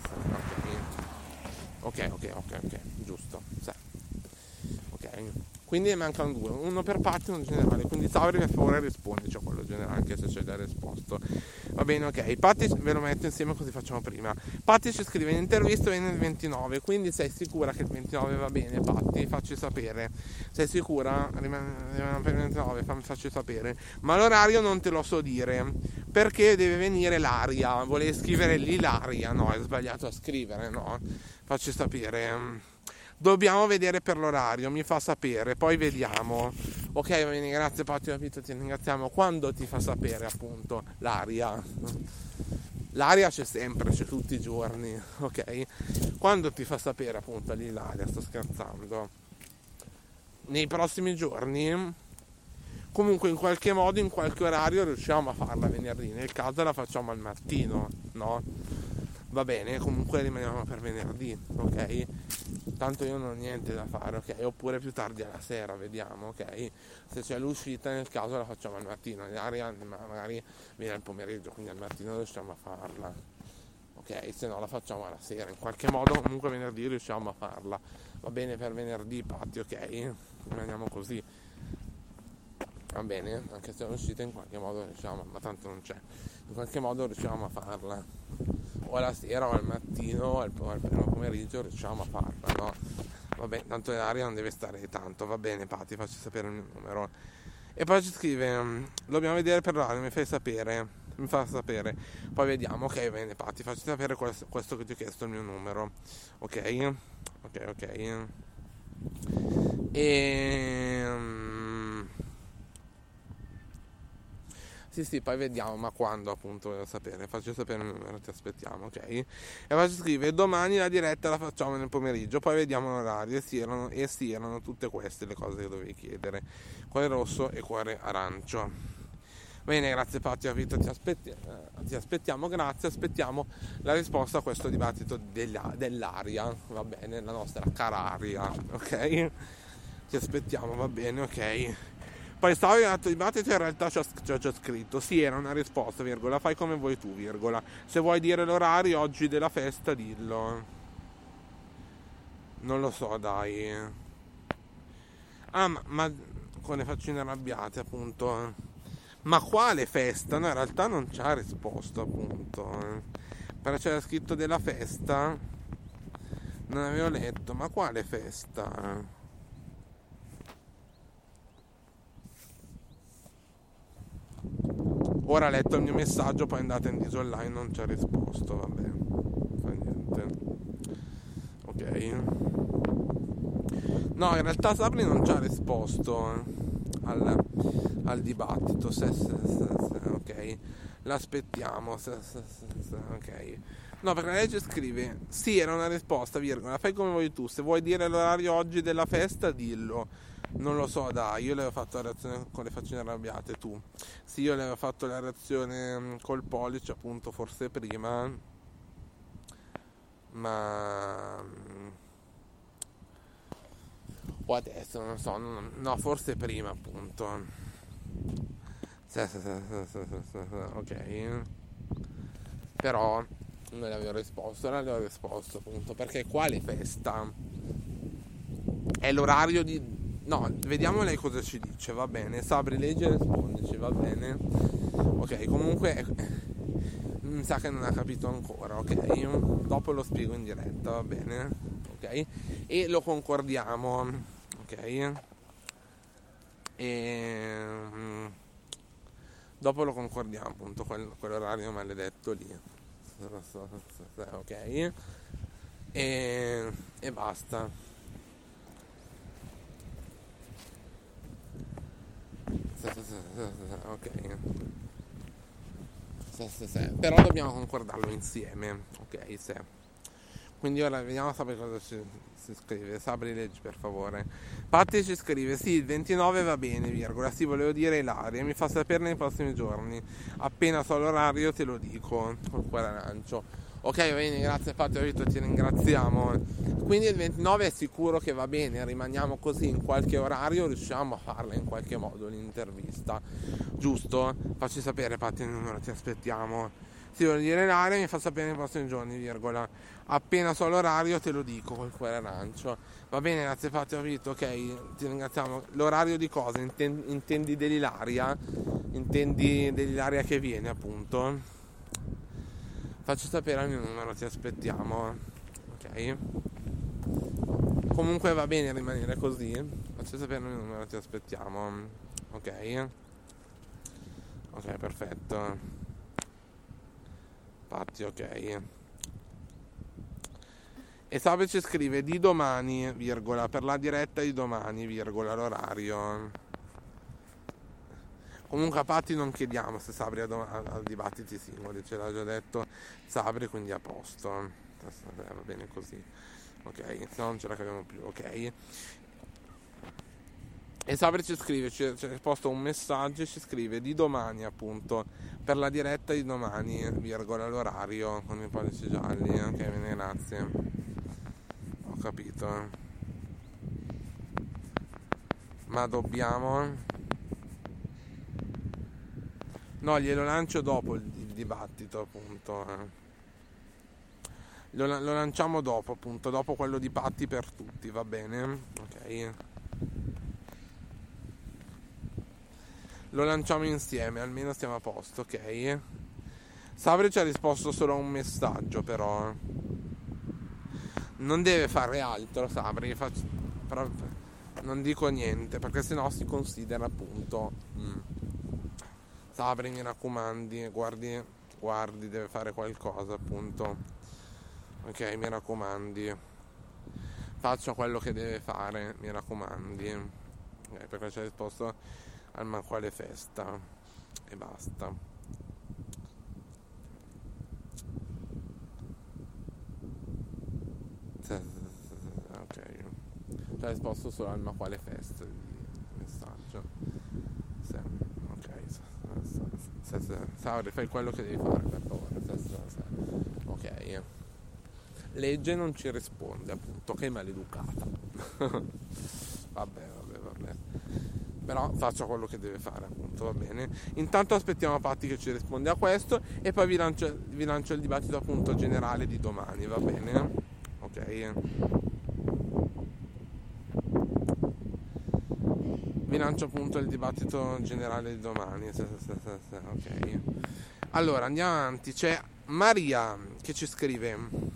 Ok, giusto. Ok. Quindi ne mancano 2, uno per Patti e uno generale. Quindi Sabri per favore rispondici a quello generale, anche se c'è già risposto. Va bene, ok. Patti ve lo metto insieme così facciamo prima. Patti ci scrive: in intervista viene il 29, quindi sei sicura che il 29 va bene? Patti, facci sapere. Sei sicura? Rimane per il 29, facci sapere. Ma l'orario non te lo so dire, perché deve venire Laria. Volevi scrivere lì Laria? No, hai sbagliato a scrivere, no? Facci sapere. Dobbiamo vedere per l'orario, mi fa sapere, poi vediamo. Ok, va bene, grazie Patti, capito, ti ringraziamo. Quando ti fa sapere appunto Laria? L'aria c'è sempre, c'è tutti i giorni, ok? Quando ti fa sapere appunto lì l'aria? Sto scherzando. Nei prossimi giorni? Comunque in qualche modo, in qualche orario riusciamo a farla venerdì. Nel caso la facciamo al mattino, no? Va bene, comunque rimaniamo per venerdì, ok? Tanto io non ho niente da fare, ok? Oppure più tardi alla sera, vediamo, ok? Se c'è l'uscita, nel caso la facciamo al mattino, l'aria magari viene al pomeriggio, quindi al mattino riusciamo a farla, ok? Se no la facciamo alla sera, in qualche modo comunque venerdì riusciamo a farla. Va bene per venerdì, Patti, ok? Rimaniamo così. Va bene, anche se l'uscita in qualche modo riusciamo, ma tanto non c'è, in qualche modo riusciamo a farla, o alla sera o al mattino o al primo pomeriggio riusciamo a farla, no? Vabbè, tanto l'aria non deve stare tanto, va bene Patti, facci sapere il mio numero. E poi ci scrive: dobbiamo vedere per l'orario, mi fa sapere, poi vediamo, ok, bene Patti, facci sapere questo che ti ho chiesto, il mio numero, ok? Sì, poi vediamo, ma quando appunto voglio sapere, faccio sapere il numero, ti aspettiamo, ok? E poi ci scrive: domani la diretta la facciamo nel pomeriggio, poi vediamo l'orario. E sì, erano tutte queste le cose che dovevi chiedere: cuore rosso e cuore arancio. Bene, grazie Patti, capito, ti aspettiamo, grazie, aspettiamo la risposta a questo dibattito dell'aria, va bene, la nostra cara aria, ok? Ti aspettiamo, va bene, ok? Poi stavo in altro dibattito, in realtà c'ho già scritto, sì, era una risposta, virgola, fai come vuoi tu, virgola. Se vuoi dire l'orario oggi della festa, dillo. Non lo so, dai. Ah, ma con le faccine arrabbiate, appunto. Ma quale festa? No, in realtà non c'ha risposto, appunto. Però c'era scritto della festa. Non avevo letto, ma quale festa? Ora ha letto il mio messaggio, poi è andata in dionline, non c'è risposto, vabbè, fa niente, ok. No, in realtà Sabri non ci ha risposto al dibattito, ok, l'aspettiamo, ok, No, perché la legge scrive: sì, era una risposta, virgola, fai come vuoi tu, se vuoi dire l'orario oggi della festa dillo. Non lo so, dai, io le avevo fatto la reazione con le faccine arrabbiate, tu. Sì, io le avevo fatto la reazione col pollice, appunto, forse prima. Ma o adesso, non so, no, forse prima, appunto. Ok. Però non le avevo risposto, ora le ho risposto, appunto, perché quale festa? È l'orario di... No, vediamo lei cosa ci dice, va bene. Sabri, legge e rispondici, va bene. Ok, comunque mi sa che non ha capito ancora, ok? Dopo lo spiego in diretta, va bene? Ok? E lo concordiamo, ok? E dopo lo concordiamo, appunto, quell'orario maledetto lì. Ok? E basta. Ok. Però dobbiamo concordarlo insieme, ok? Quindi ora vediamo Sabri cosa si scrive. Sabri, leggi per favore. Patti ci scrive: sì, il 29 va bene, virgola, sì, volevo dire Ilaria, mi fa sapere nei prossimi giorni, appena so l'orario te lo dico, col cuore arancio. Ok, va bene, grazie Patti, ti ringraziamo. Quindi il 29 è sicuro che va bene, rimaniamo così, in qualche orario riusciamo a farla in qualche modo l'intervista, giusto? Facci sapere Patti, il numero, ti aspettiamo. Sì, voglio dire Ilaria, mi fa sapere nei prossimi giorni, virgola, appena so l'orario te lo dico, col cuore arancio. Va bene, grazie Patti, ho capito, ok, ti ringraziamo. L'orario di cosa? Intendi dell'Ilaria? Intendi dell'Ilaria che viene, appunto? Facci sapere il mio numero, ti aspettiamo, ok? Comunque va bene rimanere così. Facci sapere il mio numero, ti aspettiamo, ok? Ok, perfetto. Infatti, ok. E Sabri ci scrive: di domani, virgola, per la diretta di domani, virgola, l'orario. Comunque a Patti non chiediamo se Sabri ha dibattiti singoli, ce l'ha già detto Sabri, quindi a posto. Va bene così, ok, se no non ce la capiamo più, ok. E Sabri ci scrive, ci ha risposto un messaggio e ci scrive: di domani, appunto, per la diretta di domani, virgola, l'orario, con i pollici gialli. Ok, bene, grazie, ho capito. Ma dobbiamo... No, glielo lancio dopo il dibattito, appunto. Lo lanciamo dopo, appunto, dopo quello di Patti per tutti, va bene? Ok. Lo lanciamo insieme, almeno stiamo a posto, ok? Sabri ci ha risposto solo a un messaggio, però. Non deve fare altro, Sabri. Non dico niente, perché sennò si considera, appunto... Sabri, mi raccomandi, guardi, deve fare qualcosa, appunto. Ok, mi raccomandi, faccia quello che deve fare, mi raccomandi. Ok, perché ci ha risposto al ma quale festa e basta. Ok, ci ha risposto solo al ma quale festa di messaggio. Sì, ok. Sabri, fai quello che devi fare, per favore. Ok. Legge non ci risponde, appunto, che maleducata. vabbè. Però faccia quello che deve fare, appunto, va bene. Intanto aspettiamo Patti che ci risponde a questo e poi vi lancio il dibattito, appunto, generale di domani, va bene? Ok. Vi lancio appunto il dibattito generale di domani. Ok. Allora andiamo avanti. C'è Maria che ci scrive: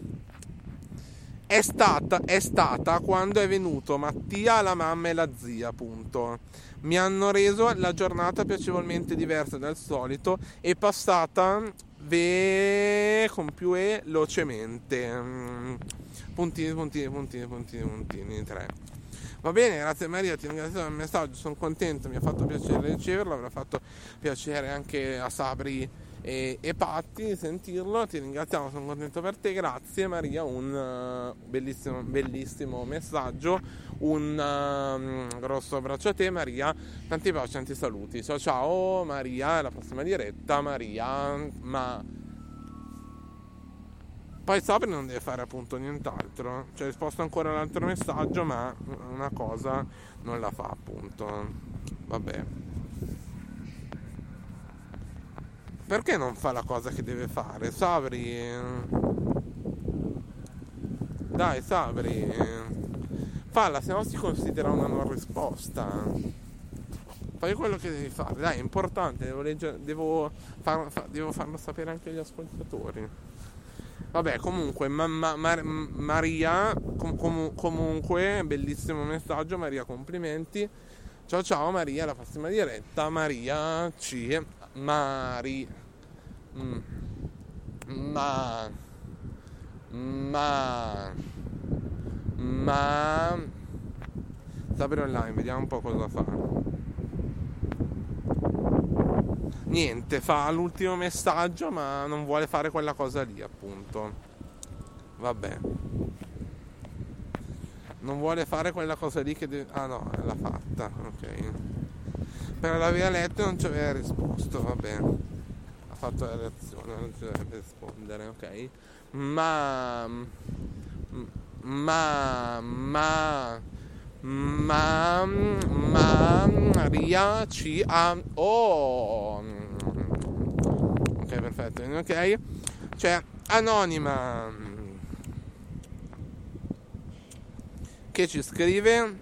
è stata quando è venuto Mattia, la mamma e la zia, appunto. Mi hanno reso la giornata piacevolmente diversa dal solito e passata con più velocemente. Puntini 3. Va bene, grazie Maria, ti ringrazio del messaggio, sono contento, mi ha fatto piacere riceverlo, avrà fatto piacere anche a Sabri e Patti sentirlo, ti ringraziamo, sono contento per te, grazie Maria, un bellissimo messaggio, un grosso abbraccio a te Maria, tanti baci, tanti saluti, ciao Maria, alla prossima diretta Maria, poi Sabri non deve fare appunto nient'altro, cioè risposto ancora all'altro messaggio ma una cosa non la fa appunto, vabbè. Perché non fa la cosa che deve fare? Sabri, dai Sabri, falla, se no si considera una non risposta. Fai quello che devi fare, dai, è importante, devo farlo sapere anche agli ascoltatori. Vabbè, comunque Maria, comunque bellissimo messaggio Maria, complimenti. Ciao Maria, alla prossima diretta Maria Sabri online, vediamo un po' cosa fa. Niente, fa l'ultimo messaggio ma non vuole fare quella cosa lì appunto, vabbè, non vuole fare quella cosa lì che deve... ah no, l'ha fatta, ok, per l'aveva letto e non ci aveva risposto, vabbè, ha fatto la reazione, non ci dovrebbe rispondere, ok, Maria ok, perfetto, ok, c'è Anonima che ci scrive: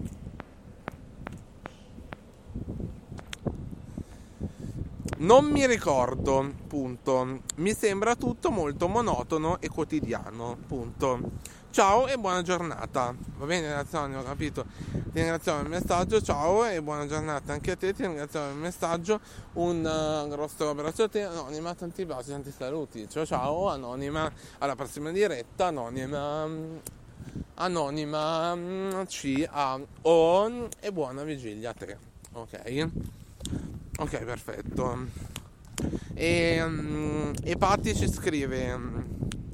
non mi ricordo, punto, mi sembra tutto molto monotono e quotidiano, punto. Ciao e buona giornata. Va bene, grazie, ho capito. Ti ringraziamo per il messaggio, ciao e buona giornata anche a te, ti ringraziamo per il messaggio, un grosso abbraccio a te Anonima, tanti baci, tanti saluti, ciao Anonima, alla prossima diretta Anonima ciao e buona vigilia a te, ok, perfetto. E Patti ci scrive: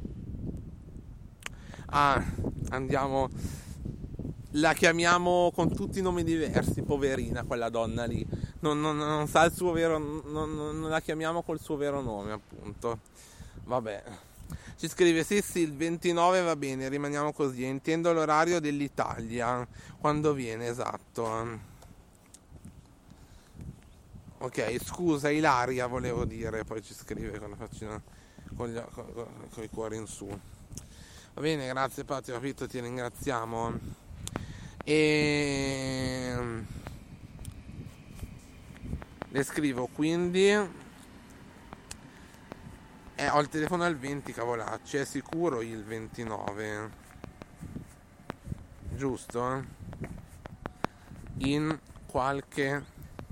andiamo, la chiamiamo con tutti i nomi diversi, poverina quella donna lì, non sa il suo vero, non la chiamiamo col suo vero nome appunto, vabbè. Ci scrive: sì, il 29 va bene, rimaniamo così, intendo l'orario dell'Italia, quando viene, esatto. Ok, scusa Ilaria volevo dire, poi ci scrive con la faccina con i cuori in su. Va bene, grazie Patti, capito, ti ringraziamo. E le scrivo quindi ho il telefono al 20, cavolacci, è sicuro il 29, giusto? In qualche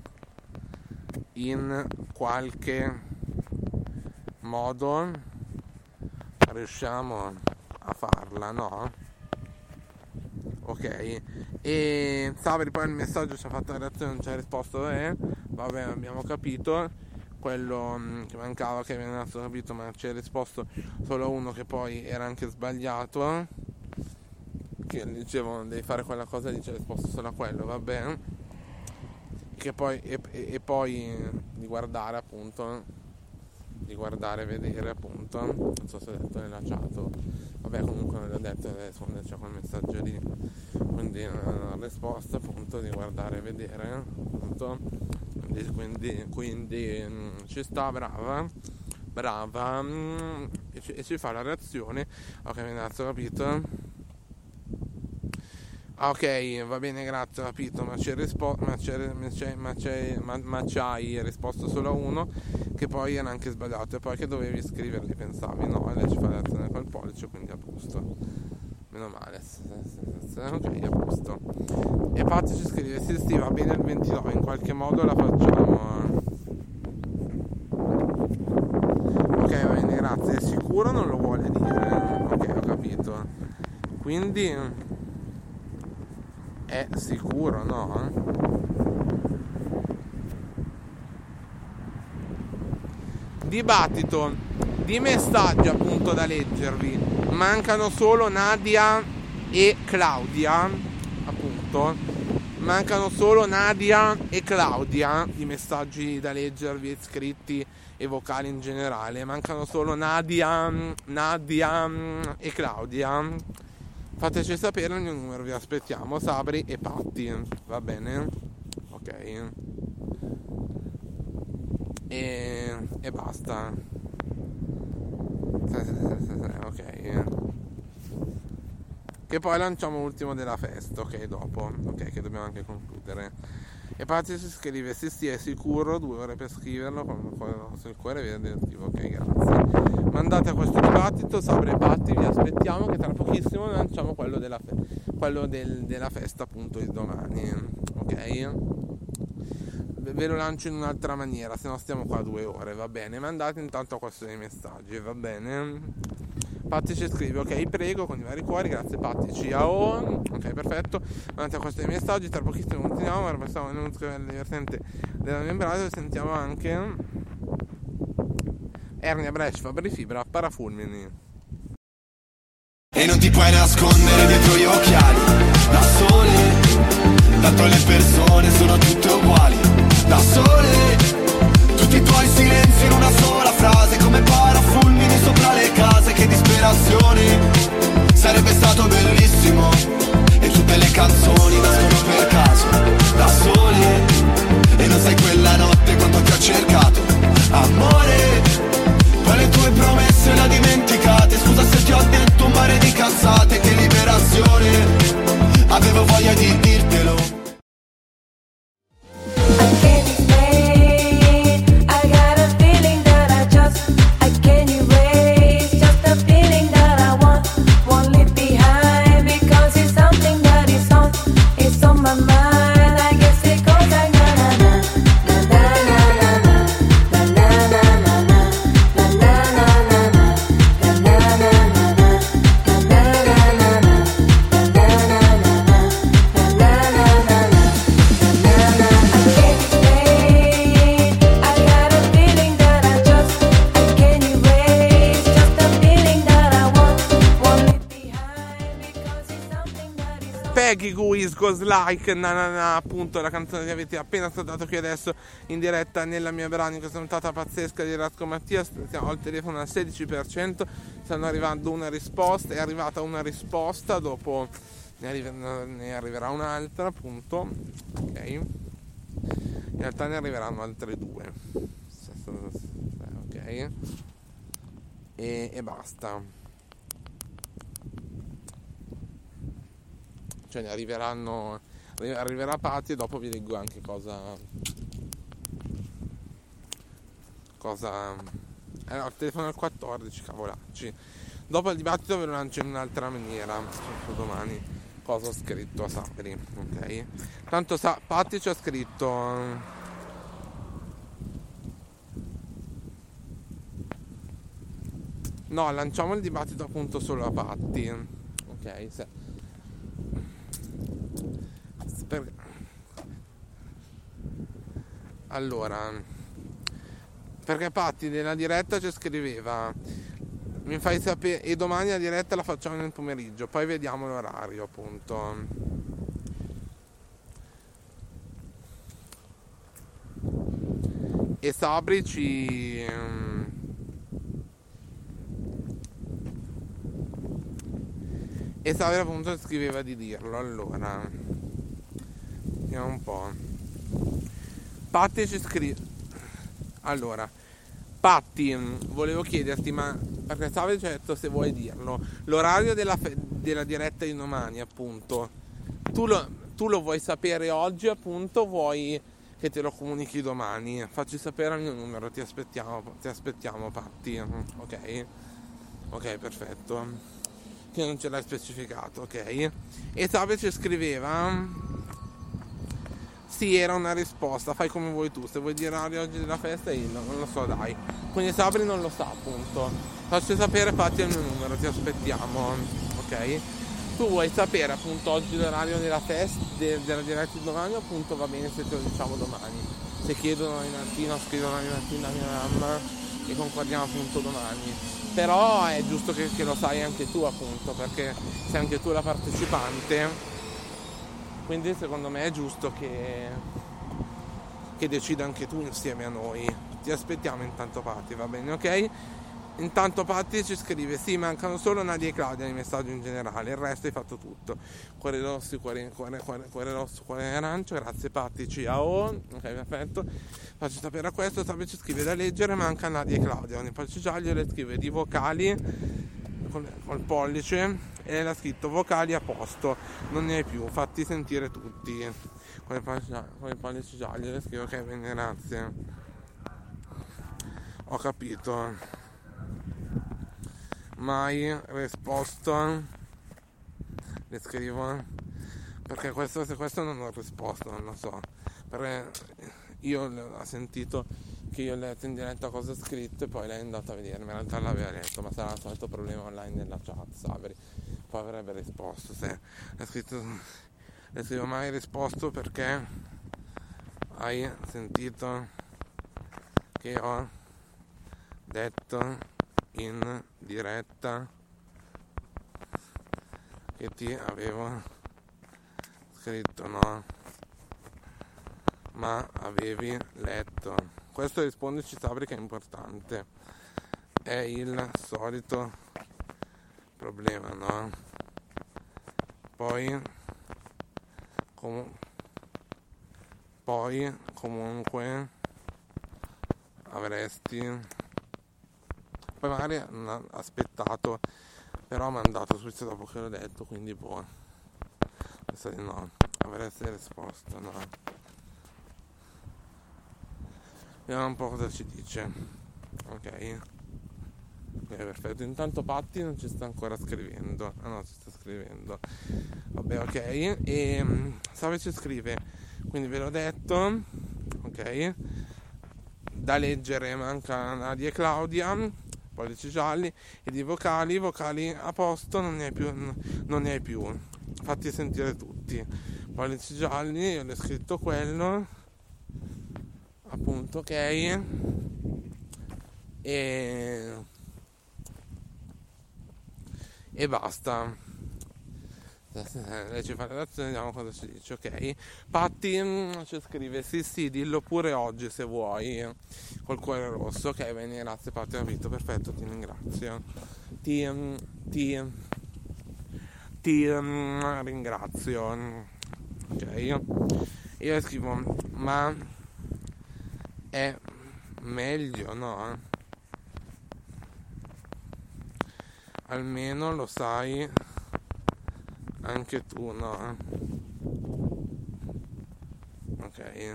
modo riusciamo a farla, no? Ok, e Sabri poi il messaggio ci ha fatto la reazione, non ci ha risposto, vabbè, abbiamo capito quello che mancava, che aveva capito, ma ci ha risposto solo uno che poi era anche sbagliato, che gli dicevano devi fare quella cosa lì, ci ha risposto solo a quello, vabbè, che poi e poi di guardare appunto, di guardare, vedere appunto, non so se ho detto nella chat, vabbè, comunque non l'ho detto, adesso c'è quel messaggio lì, quindi la risposta appunto di guardare, vedere appunto, quindi ci sta, brava e ci fa la reazione, ok, ragazzi, ho capito. Ok, va bene, grazie, ho capito, ma ci hai risposto solo a uno che poi era anche sbagliato, e poi che dovevi scriverli, pensavi, no, e lei ci fa l'azione col pollice, quindi a posto, meno male, ok, a posto. E Patti ci scrive: sì, va bene il 29, in qualche modo la facciamo. Ok, va bene, grazie, è sicuro non lo vuole dire, ok, ho capito, quindi È sicuro, no? Dibattito di messaggi appunto da leggervi. Mancano solo Nadia e Claudia, appunto. Mancano solo Nadia e Claudia, i messaggi da leggervi, scritti e vocali in generale. Mancano solo Nadia e Claudia. Fateci sapere il mio numero, vi aspettiamo. Sabri e Patti, va bene? Ok. E basta. Ok. Che poi lanciamo l'ultimo della festa, ok, dopo. Ok, che dobbiamo anche concludere. E Patti si scrive: sì, è sicuro, 2 ore per scriverlo, con sul cuore verde attivo. Ok, grazie. Mandate a questo dibattito, Sabri e Patti, vi aspettiamo, che tra pochissimo lanciamo quello della festa appunto di domani. Ok? Ve lo lancio in un'altra maniera, se no stiamo qua 2 ore, va bene? Mandate intanto a questo dei messaggi, va bene? Patti ci scrive: ok, prego, con i vari cuori, grazie Patti, ciao. Ok, perfetto, mandate a questo dei messaggi, tra pochissimo continuiamo. Ora passiamo all'annunzio divertente della membrana e sentiamo anche Ernia, Brescia, Fabri Fibra, Parafulmini. E non ti puoi nascondere dietro gli occhiali, da sole, tanto le persone sono tutte uguali, da sole, tutti i tuoi silenzi in una sola frase, come parafulmini sopra le case, che disperazione, sarebbe stato bellissimo, e tutte le canzoni nascono per caso, da sole, e non sai quella notte quanto ti ho cercato, amore. Poi le tue promesse le ho dimenticate, scusa se ti ho detto un mare di cazzate, che liberazione, avevo voglia di dirtelo. Goes Like, appunto la canzone che avete appena ascoltato qui adesso in diretta nella mia brana, in questa puntata pazzesca di Rasco Mattia. Siamo al telefono al 16%, stanno arrivando una risposta, è arrivata una risposta, dopo ne arriverà un'altra appunto, ok, in realtà ne arriveranno altre 2, ok, e basta. Cioè ne arriverà Patti e dopo vi leggo anche cosa il telefono al 14, cavolacci. Dopo il dibattito ve lo lancio in un'altra maniera, domani, cosa ho scritto a Sabri, ok? Tanto Patti ci ha scritto: no, lanciamo il dibattito appunto solo a Patti, ok? Allora, perché Patti nella diretta ci scriveva: mi fai sapere, e domani la diretta la facciamo nel pomeriggio, poi vediamo l'orario appunto. E Sabri appunto scriveva di dirlo. Allora vediamo un po'. Patti ci scrive: allora Patti, volevo chiederti, ma perché Sabri ci ha detto se vuoi dirlo, l'orario della diretta di domani appunto, tu lo vuoi sapere oggi appunto, vuoi che te lo comunichi domani? Facci sapere il mio numero, ti aspettiamo Patti, ok, perfetto, che non ce l'hai specificato, ok. E Sabri ci scriveva: sì, era una risposta, fai come vuoi tu, se vuoi dire oggi della festa io non lo so, dai. Quindi Sabri non lo sa appunto. Facci sapere Patti il mio numero, ti aspettiamo, ok? tu vuoi sapere appunto oggi l'orario della della diretta di domani, appunto va bene se te lo diciamo domani. Se chiedono in mattino, scrivono in mattina a mia mamma e concordiamo appunto domani. Però è giusto che lo sai anche tu appunto, perché sei anche tu la partecipante, quindi secondo me è giusto che decida anche tu insieme a noi. Ti aspettiamo intanto Patti, va bene, ok? Intanto Patti ci scrive: sì, mancano solo Nadia e Claudia nei messaggi in generale, il resto hai fatto tutto. Cuore rosso, cuore arancio, grazie Patti, ciao. Ok, perfetto, faccio sapere a questo. Sabe ci scrive: da leggere manca Nadia e Claudia, nei pollici gialli le scrive di vocali col pollice e lei l'ha scritto vocali a posto, non ne hai più, fatti sentire tutti. Con i pollici gialli le scrivo: ok, bene, grazie, ho capito. Mai risposto, le scrivo, perché se questo non ho risposto, non lo so, perché io ho sentito che io ho letto in diretta cosa ho scritto e poi lei è andata a vedere, in realtà l'aveva letto, ma sarà il solito problema online nella chat, Sabri, poi avrebbe risposto. Se le scrivo mai risposto perché hai sentito che ho detto in diretta che ti avevo scritto, no, ma avevi letto. Questo rispondici Sabri, che è importante, è il solito problema, no? Poi comunque avresti poi magari ha aspettato, però ha mandato subito dopo che l'ho detto, quindi boh, penso di no, avresti risposto, no. Vediamo un po' cosa ci dice. Ok, perfetto. Intanto Patti non ci sta ancora scrivendo. Ah no, ci sta scrivendo. Vabbè, ok. E Save ci scrive: quindi ve l'ho detto, ok, da leggere manca Nadia e Claudia, pollici gialli, e di vocali a posto, non ne hai più, fatti sentire tutti. Pollici gialli, io le ho scritto quello appunto, ok, e basta. Lei ci fa la relazione, vediamo cosa ci dice. Ok, Patti ci scrive: sì, dillo pure oggi se vuoi, col cuore rosso. Ok, bene, grazie Patti, ho capito, perfetto, ti ringrazio, ti ringrazio. Ok, io scrivo: ma è meglio, no? Almeno lo sai anche tu, no? Ok.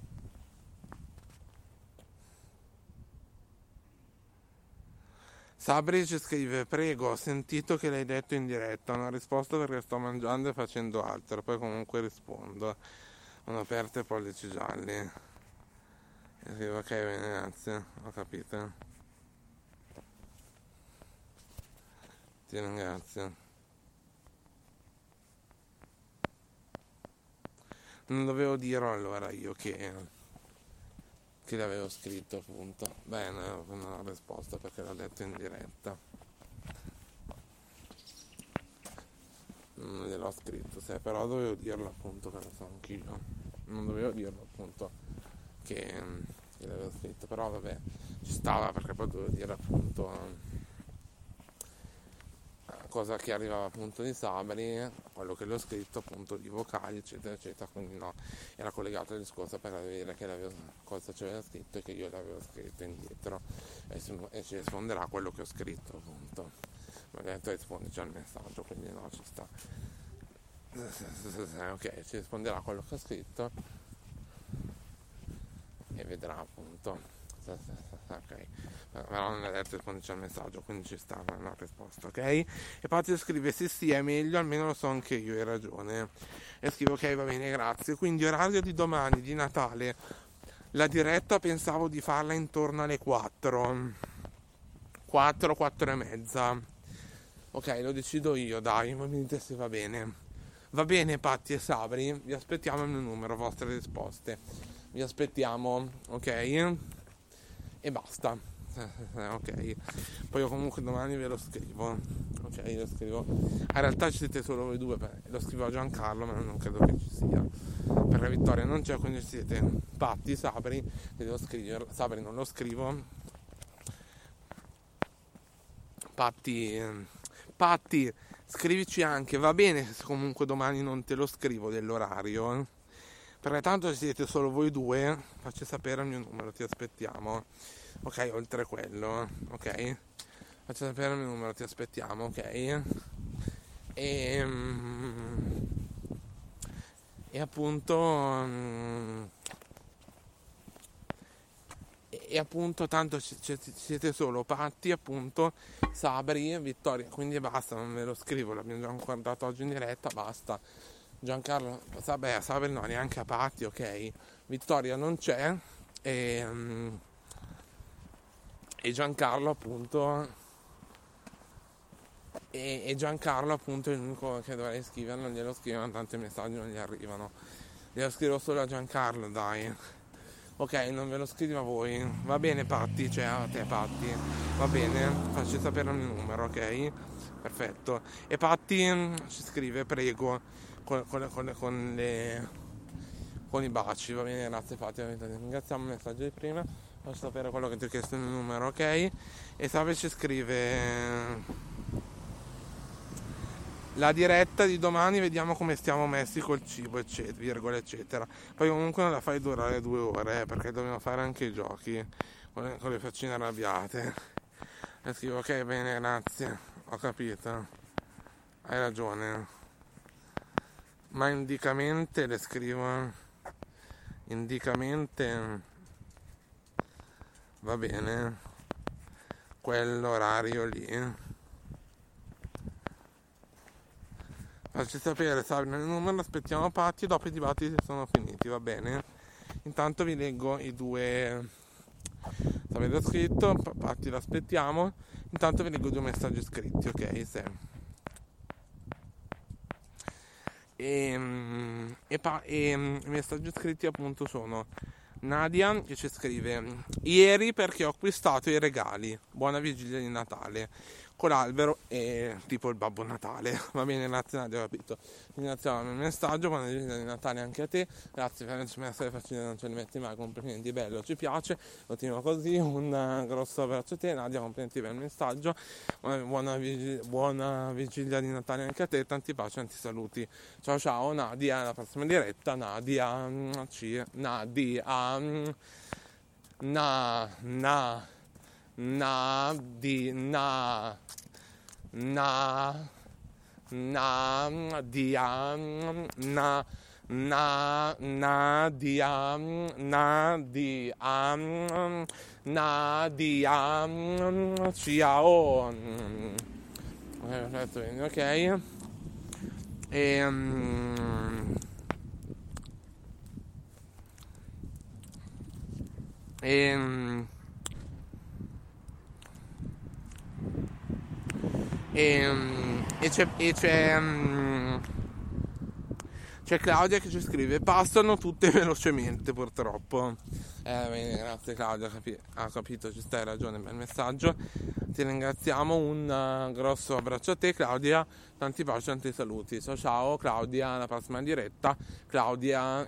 Sabri ci scrive: prego, ho sentito che l'hai detto in diretta, non ho risposto perché sto mangiando e facendo altro, poi comunque rispondo. Sono aperte pollici gialli. E scrivo: ok, bene, grazie, ho capito. Ti ringrazio. Non dovevo dirlo allora io che l'avevo scritto, appunto. Bene, non ho risposto perché l'ho detto in diretta. Non gliel'ho scritto, però dovevo dirlo appunto, che lo so anch'io. Non dovevo dirlo appunto che l'avevo scritto, però vabbè, ci stava, perché poi dovevo dire appunto cosa che arrivava appunto di Sabri, quello che l'ho scritto appunto di vocali eccetera eccetera, quindi no, era collegato al discorso per vedere che cosa ci aveva scritto e che io l'avevo scritto indietro e ci risponderà quello che ho scritto appunto. Mi ha detto rispondici al messaggio, quindi no, ci sta. Ok, ci risponderà quello che ho scritto e vedrà appunto. Ok, però non ha detto rispondici al messaggio, quindi ci sta, non ho risposto, ok? E Patti scrive: sì, è meglio, almeno lo so anche io, hai ragione. E scrivo: ok, va bene, grazie. Quindi orario di domani, di Natale, la diretta pensavo di farla intorno alle 4 e mezza. Ok, lo decido io, dai, ma mi dite se va bene. Va bene, Patti e Sabri, vi aspettiamo il mio numero, vostre risposte. Vi aspettiamo, ok? E basta. Ok. Poi io comunque domani ve lo scrivo. Ok, lo scrivo. In realtà ci siete solo voi due, lo scrivo a Giancarlo, ma non credo che ci sia. Per la vittoria non c'è, quindi siete Patti, Sabri, devo scrivere. Sabri non lo scrivo. Patti, scrivici anche, va bene se comunque domani non te lo scrivo dell'orario, perché tanto siete solo voi due, facci sapere il mio numero, ti aspettiamo, ok, oltre quello, ok, facci sapere il mio numero, ti aspettiamo, ok, e appunto tanto siete solo Patti, appunto, Sabri e Vittoria, quindi basta, non ve lo scrivo, l'abbiamo già guardato oggi in diretta, basta. Giancarlo, Sabri no, neanche a Patti, ok, Vittoria non c'è e Giancarlo appunto e Giancarlo appunto è l'unico che dovrei scrivere, non glielo scrivono, tanti messaggi non gli arrivano, glielo scrivo solo a Giancarlo, dai. Ok, non ve lo scrivo a voi. Va bene, Patti, cioè a te, Patti. Va bene, facci sapere il mio numero, ok? Perfetto. E Patti ci scrive, prego, con i baci, va bene, grazie Patti. Ringraziamo il messaggio di prima. Faccio sapere quello che ti ho chiesto il mio numero, ok? E Sabe ci scrive... La diretta di domani vediamo come stiamo messi col cibo, eccetera, eccetera. Poi comunque non la fai durare 2 ore, perché dobbiamo fare anche i giochi con le faccine arrabbiate. E scrivo, ok, bene, grazie, ho capito, hai ragione. Ma indicamente le scrivo, indicamente va bene, quell'orario lì. Facci sapere, Sabri, nel numero, aspettiamo Patti, dopo i dibattiti sono finiti, va bene? Intanto vi leggo i due, avete scritto, Patti l'aspettiamo, intanto vi leggo 2 messaggi scritti, ok? I messaggi scritti appunto sono Nadia che ci scrive: ieri perché ho acquistato i regali, buona vigilia di Natale, con l'albero e tipo il Babbo Natale. Va bene, grazie Nadia, ho capito. Ringraziamo il messaggio, buona vigilia di Natale anche a te, grazie per averci messo le faccine, non ce le metti mai, complimenti, bello, ci piace, continuo così, un grosso abbraccio a te Nadia, complimenti per il messaggio, buona vigilia di Natale anche a te, tanti baci, tanti saluti, ciao Nadia, alla prossima diretta, Nadia, ciao. Ok. C'è Claudia che ci scrive: passano tutte velocemente purtroppo. Bene, grazie Claudia, ha capito, ci stai, ragione, bel messaggio, ti ringraziamo, un grosso abbraccio a te Claudia, tanti baci, tanti saluti, ciao Claudia, alla prossima diretta, Claudia,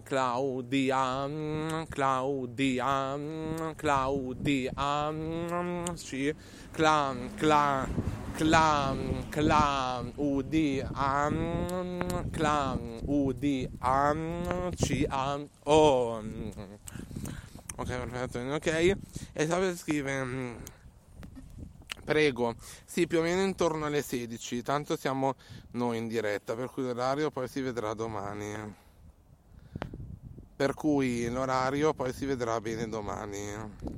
sì, ok, perfetto, ok. E Sabe scrive: prego, sì, più o meno intorno alle 16, tanto siamo noi in diretta, per cui l'orario poi si vedrà domani, per cui l'orario poi si vedrà bene domani.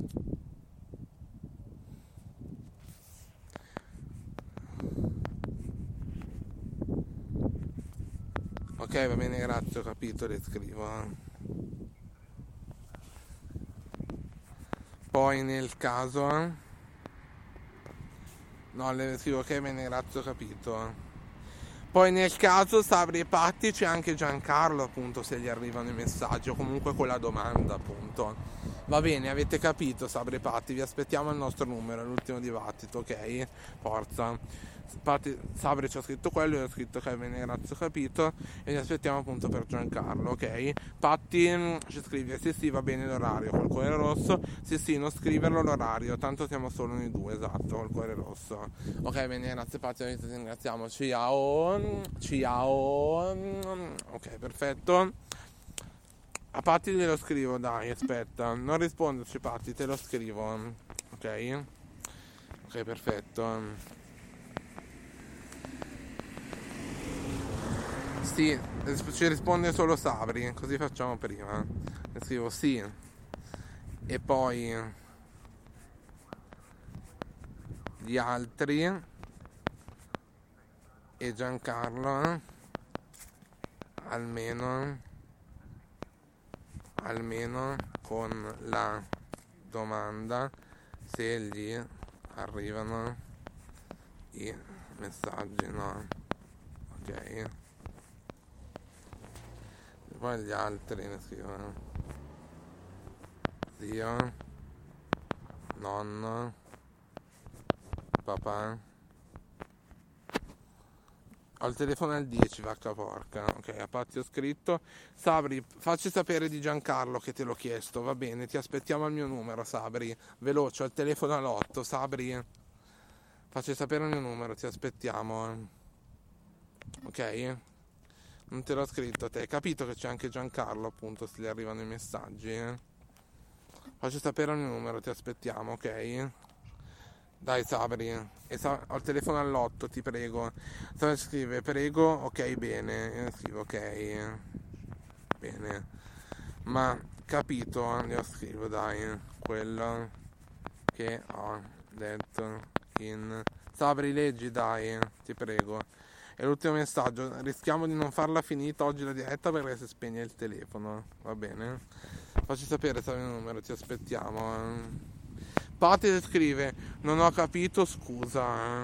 Ok, va bene, grazie, ho capito, le scrivo. Poi nel caso No, le scrivo ok, bene, grazie, ho capito. Poi nel caso Sabri e Patti c'è anche Giancarlo, appunto, se gli arrivano i messaggi o comunque con la domanda, appunto. Va bene, avete capito, Sabri e Patti, vi aspettiamo al nostro numero, all'ultimo dibattito, ok? Forza. Sabri ci ha scritto quello, io ho scritto che bene, grazie, ho capito, e vi aspettiamo appunto per Giancarlo, ok? Patti ci scrive sì va bene l'orario col cuore rosso, sì non scriverlo l'orario, tanto siamo solo noi due, esatto, col cuore rosso. Ok, bene, grazie Patti, ti ringraziamo, ciao, ok, perfetto. A Patti te lo scrivo, dai, aspetta, non risponderci Patti, te lo scrivo, ok, perfetto. Sì, ci risponde solo Sabri, così facciamo prima. Le scrivo sì. E poi gli altri e Giancarlo almeno con la domanda se gli arrivano i messaggi, no? Ok. Poi gli altri ne scrivono zio, nonno, papà. Ho il telefono al 10, vacca porca. Ok, a Patti ho scritto. Sabri, facci sapere di Giancarlo che te l'ho chiesto, va bene, ti aspettiamo al mio numero, Sabri. Veloce, ho il telefono all'8, Sabri. Facci sapere il mio numero, ti aspettiamo. Ok? Non te l'ho scritto a te, hai capito che c'è anche Giancarlo, appunto, se gli arrivano i messaggi? Faccio sapere il mio numero, ti aspettiamo, ok? Dai Sabri, ho il telefono all'8, ti prego. Sabri scrive, prego, ok, bene. Io scrivo, ok, bene. Ma, capito, io scrivo, dai, quello che ho detto in... Sabri, leggi, dai, ti prego. E l'ultimo messaggio, rischiamo di non farla finita oggi la diretta perché si spegne il telefono, va bene? Facci sapere se hai il numero, ti aspettiamo. Patti scrive, non ho capito, scusa.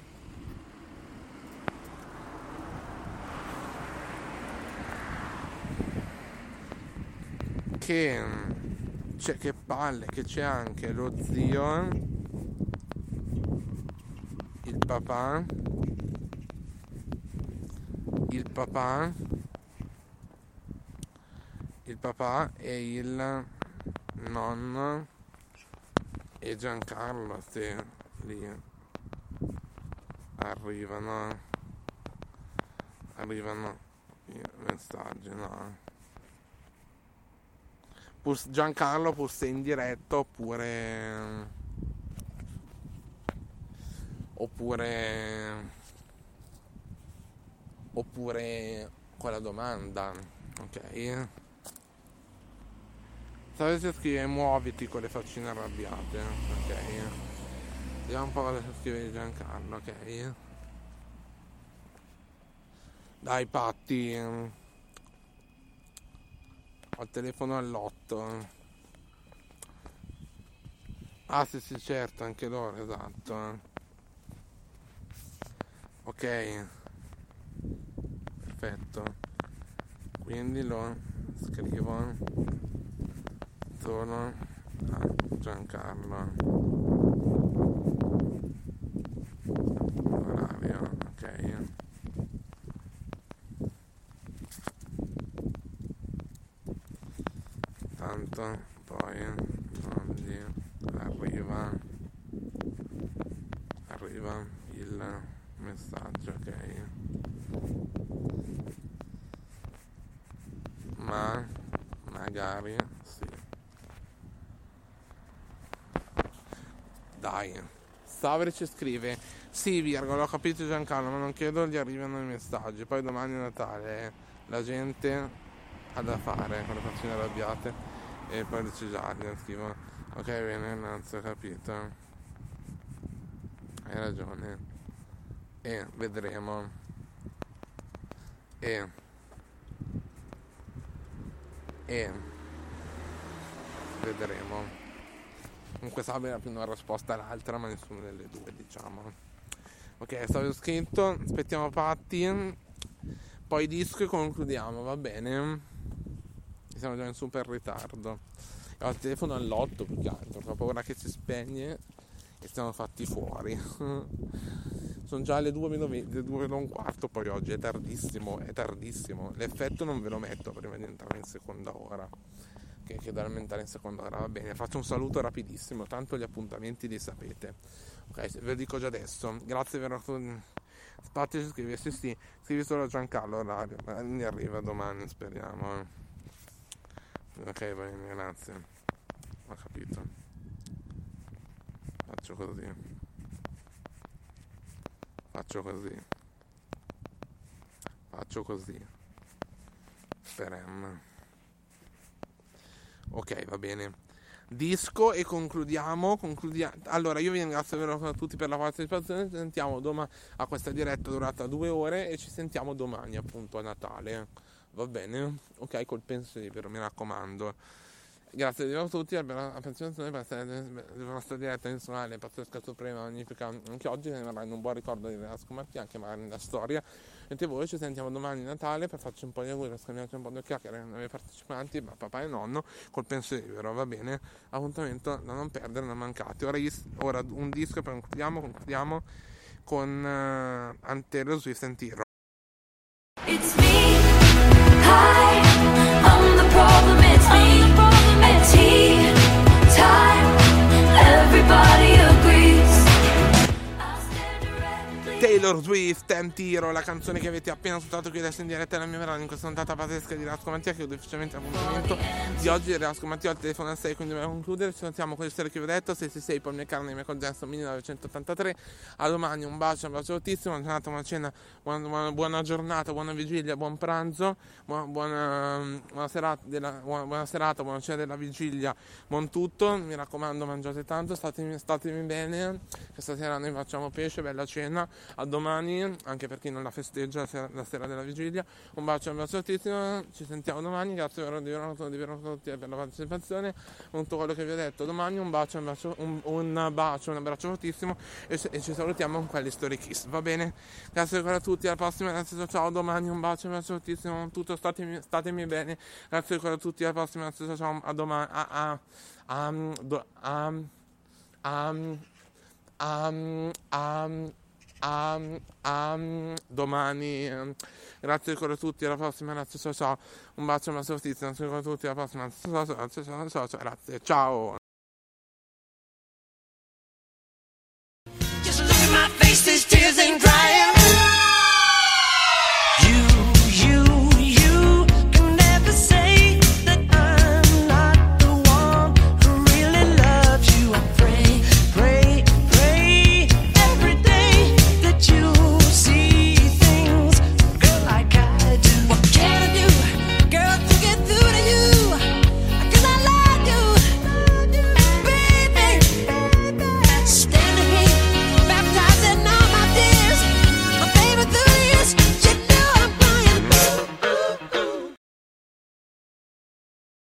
Che palle, che c'è anche lo zio, il papà e il nonno e Giancarlo, se lì arrivano i messaggi, no? Giancarlo fosse in diretta oppure con la domanda, ok? Sapete scrivere muoviti con le faccine arrabbiate, ok? Vediamo un po' cosa scrive Giancarlo, ok? Dai Patti, ho il telefono all'8. Ah sì certo, anche loro, esatto. Ok, perfetto, quindi lo scrivo solo a Giancarlo, orario, ok, tanto poi non gli arriva il messaggio, ok, ma magari sì. Dai, Sabri ci scrive sì, virgola, ho capito Giancarlo, ma non credo gli arrivano i messaggi, poi domani è Natale, la gente ha da fare con le faccine arrabbiate e poi le cigiardi, scrivo ok, bene, grazie, ho capito, hai ragione, e vedremo, e vedremo. Comunque Sabri ha più una risposta all'altra, ma nessuna delle due, diciamo. Ok, stavo scritto, aspettiamo Patti, poi disco e concludiamo, va bene? Siamo già in super ritardo. Ho il telefono all'8 più che altro, ho paura che si spegne e siamo fatti fuori. Sono già le 2:15, poi oggi è tardissimo. L'effetto non ve lo metto prima di entrare in seconda ora, che da aumentare in seconda ora, va bene. Faccio un saluto rapidissimo, tanto gli appuntamenti li sapete. Ok, ve lo dico già adesso. Grazie per spazio, scrivi solo a Giancarlo orario, ne arriva domani, speriamo. Ok, va bene, grazie. Ho capito. Faccio così. Speriamo. Ok, va bene. Disco e concludiamo. Allora, io vi ringrazio tutti per la partecipazione. Ci sentiamo domani a questa diretta durata 2 ore e ci sentiamo domani appunto a Natale. Va bene? Ok, col pensiero, mi raccomando. Grazie a tutti per la partecipazione, per la vostra diretta nazionale pazzesca, suprema, magnifica. Anche oggi ne avranno un buon ricordo di Reasco Mattia, anche magari nella storia. Mentre voi ci sentiamo domani Natale per farci un po' di auguri, per scambiarci un po' di chiacchiere ai nuovi partecipanti, papà e nonno, col pensiero, va bene? Appuntamento da non perdere, non mancate. Ora un disco, poi concludiamo con Taylor Swift and T-Rock. It's me, hi, I'm the problem, it's me. At tea time, everybody agrees. Taylor Swift and Tiro, la canzone che avete appena ascoltato qui adesso in diretta alla mia veranda in questa puntata pazzesca di Reasco Mattia, che ho ufficialmente l'appuntamento di oggi. Reasco Mattia al telefono a 6, quindi dobbiamo concludere. Ci sentiamo con le storie che vi ho detto. 666 Paul McCartney, Michael Jackson 1983. A domani, un bacio fortissimo, buona giornata, buona cena, buona giornata, buona vigilia, buon pranzo, buona serata, buona cena della vigilia, buon tutto. Mi raccomando, mangiate tanto, statemi bene. Questa sera noi facciamo pesce, bella cena. A domani, anche per chi non la festeggia la sera della vigilia. Un bacio fortissimo, ci sentiamo domani. Grazie di tutti per la partecipazione, tutto quello che vi ho detto. Domani un abbraccio fortissimo e ci salutiamo con quelli Story Kiss, va bene? Grazie ancora a tutti, alla prossima, grazie, ciao. Domani un bacio fortissimo, tutto, statemi bene. Grazie ancora a tutti, alla prossima, ciao. A domani. Domani, grazie ancora a tutti, alla prossima, grazie, ciao. Un bacio fortissimo, grazie ancora a tutti, alla prossima, ciao, grazie, ciao.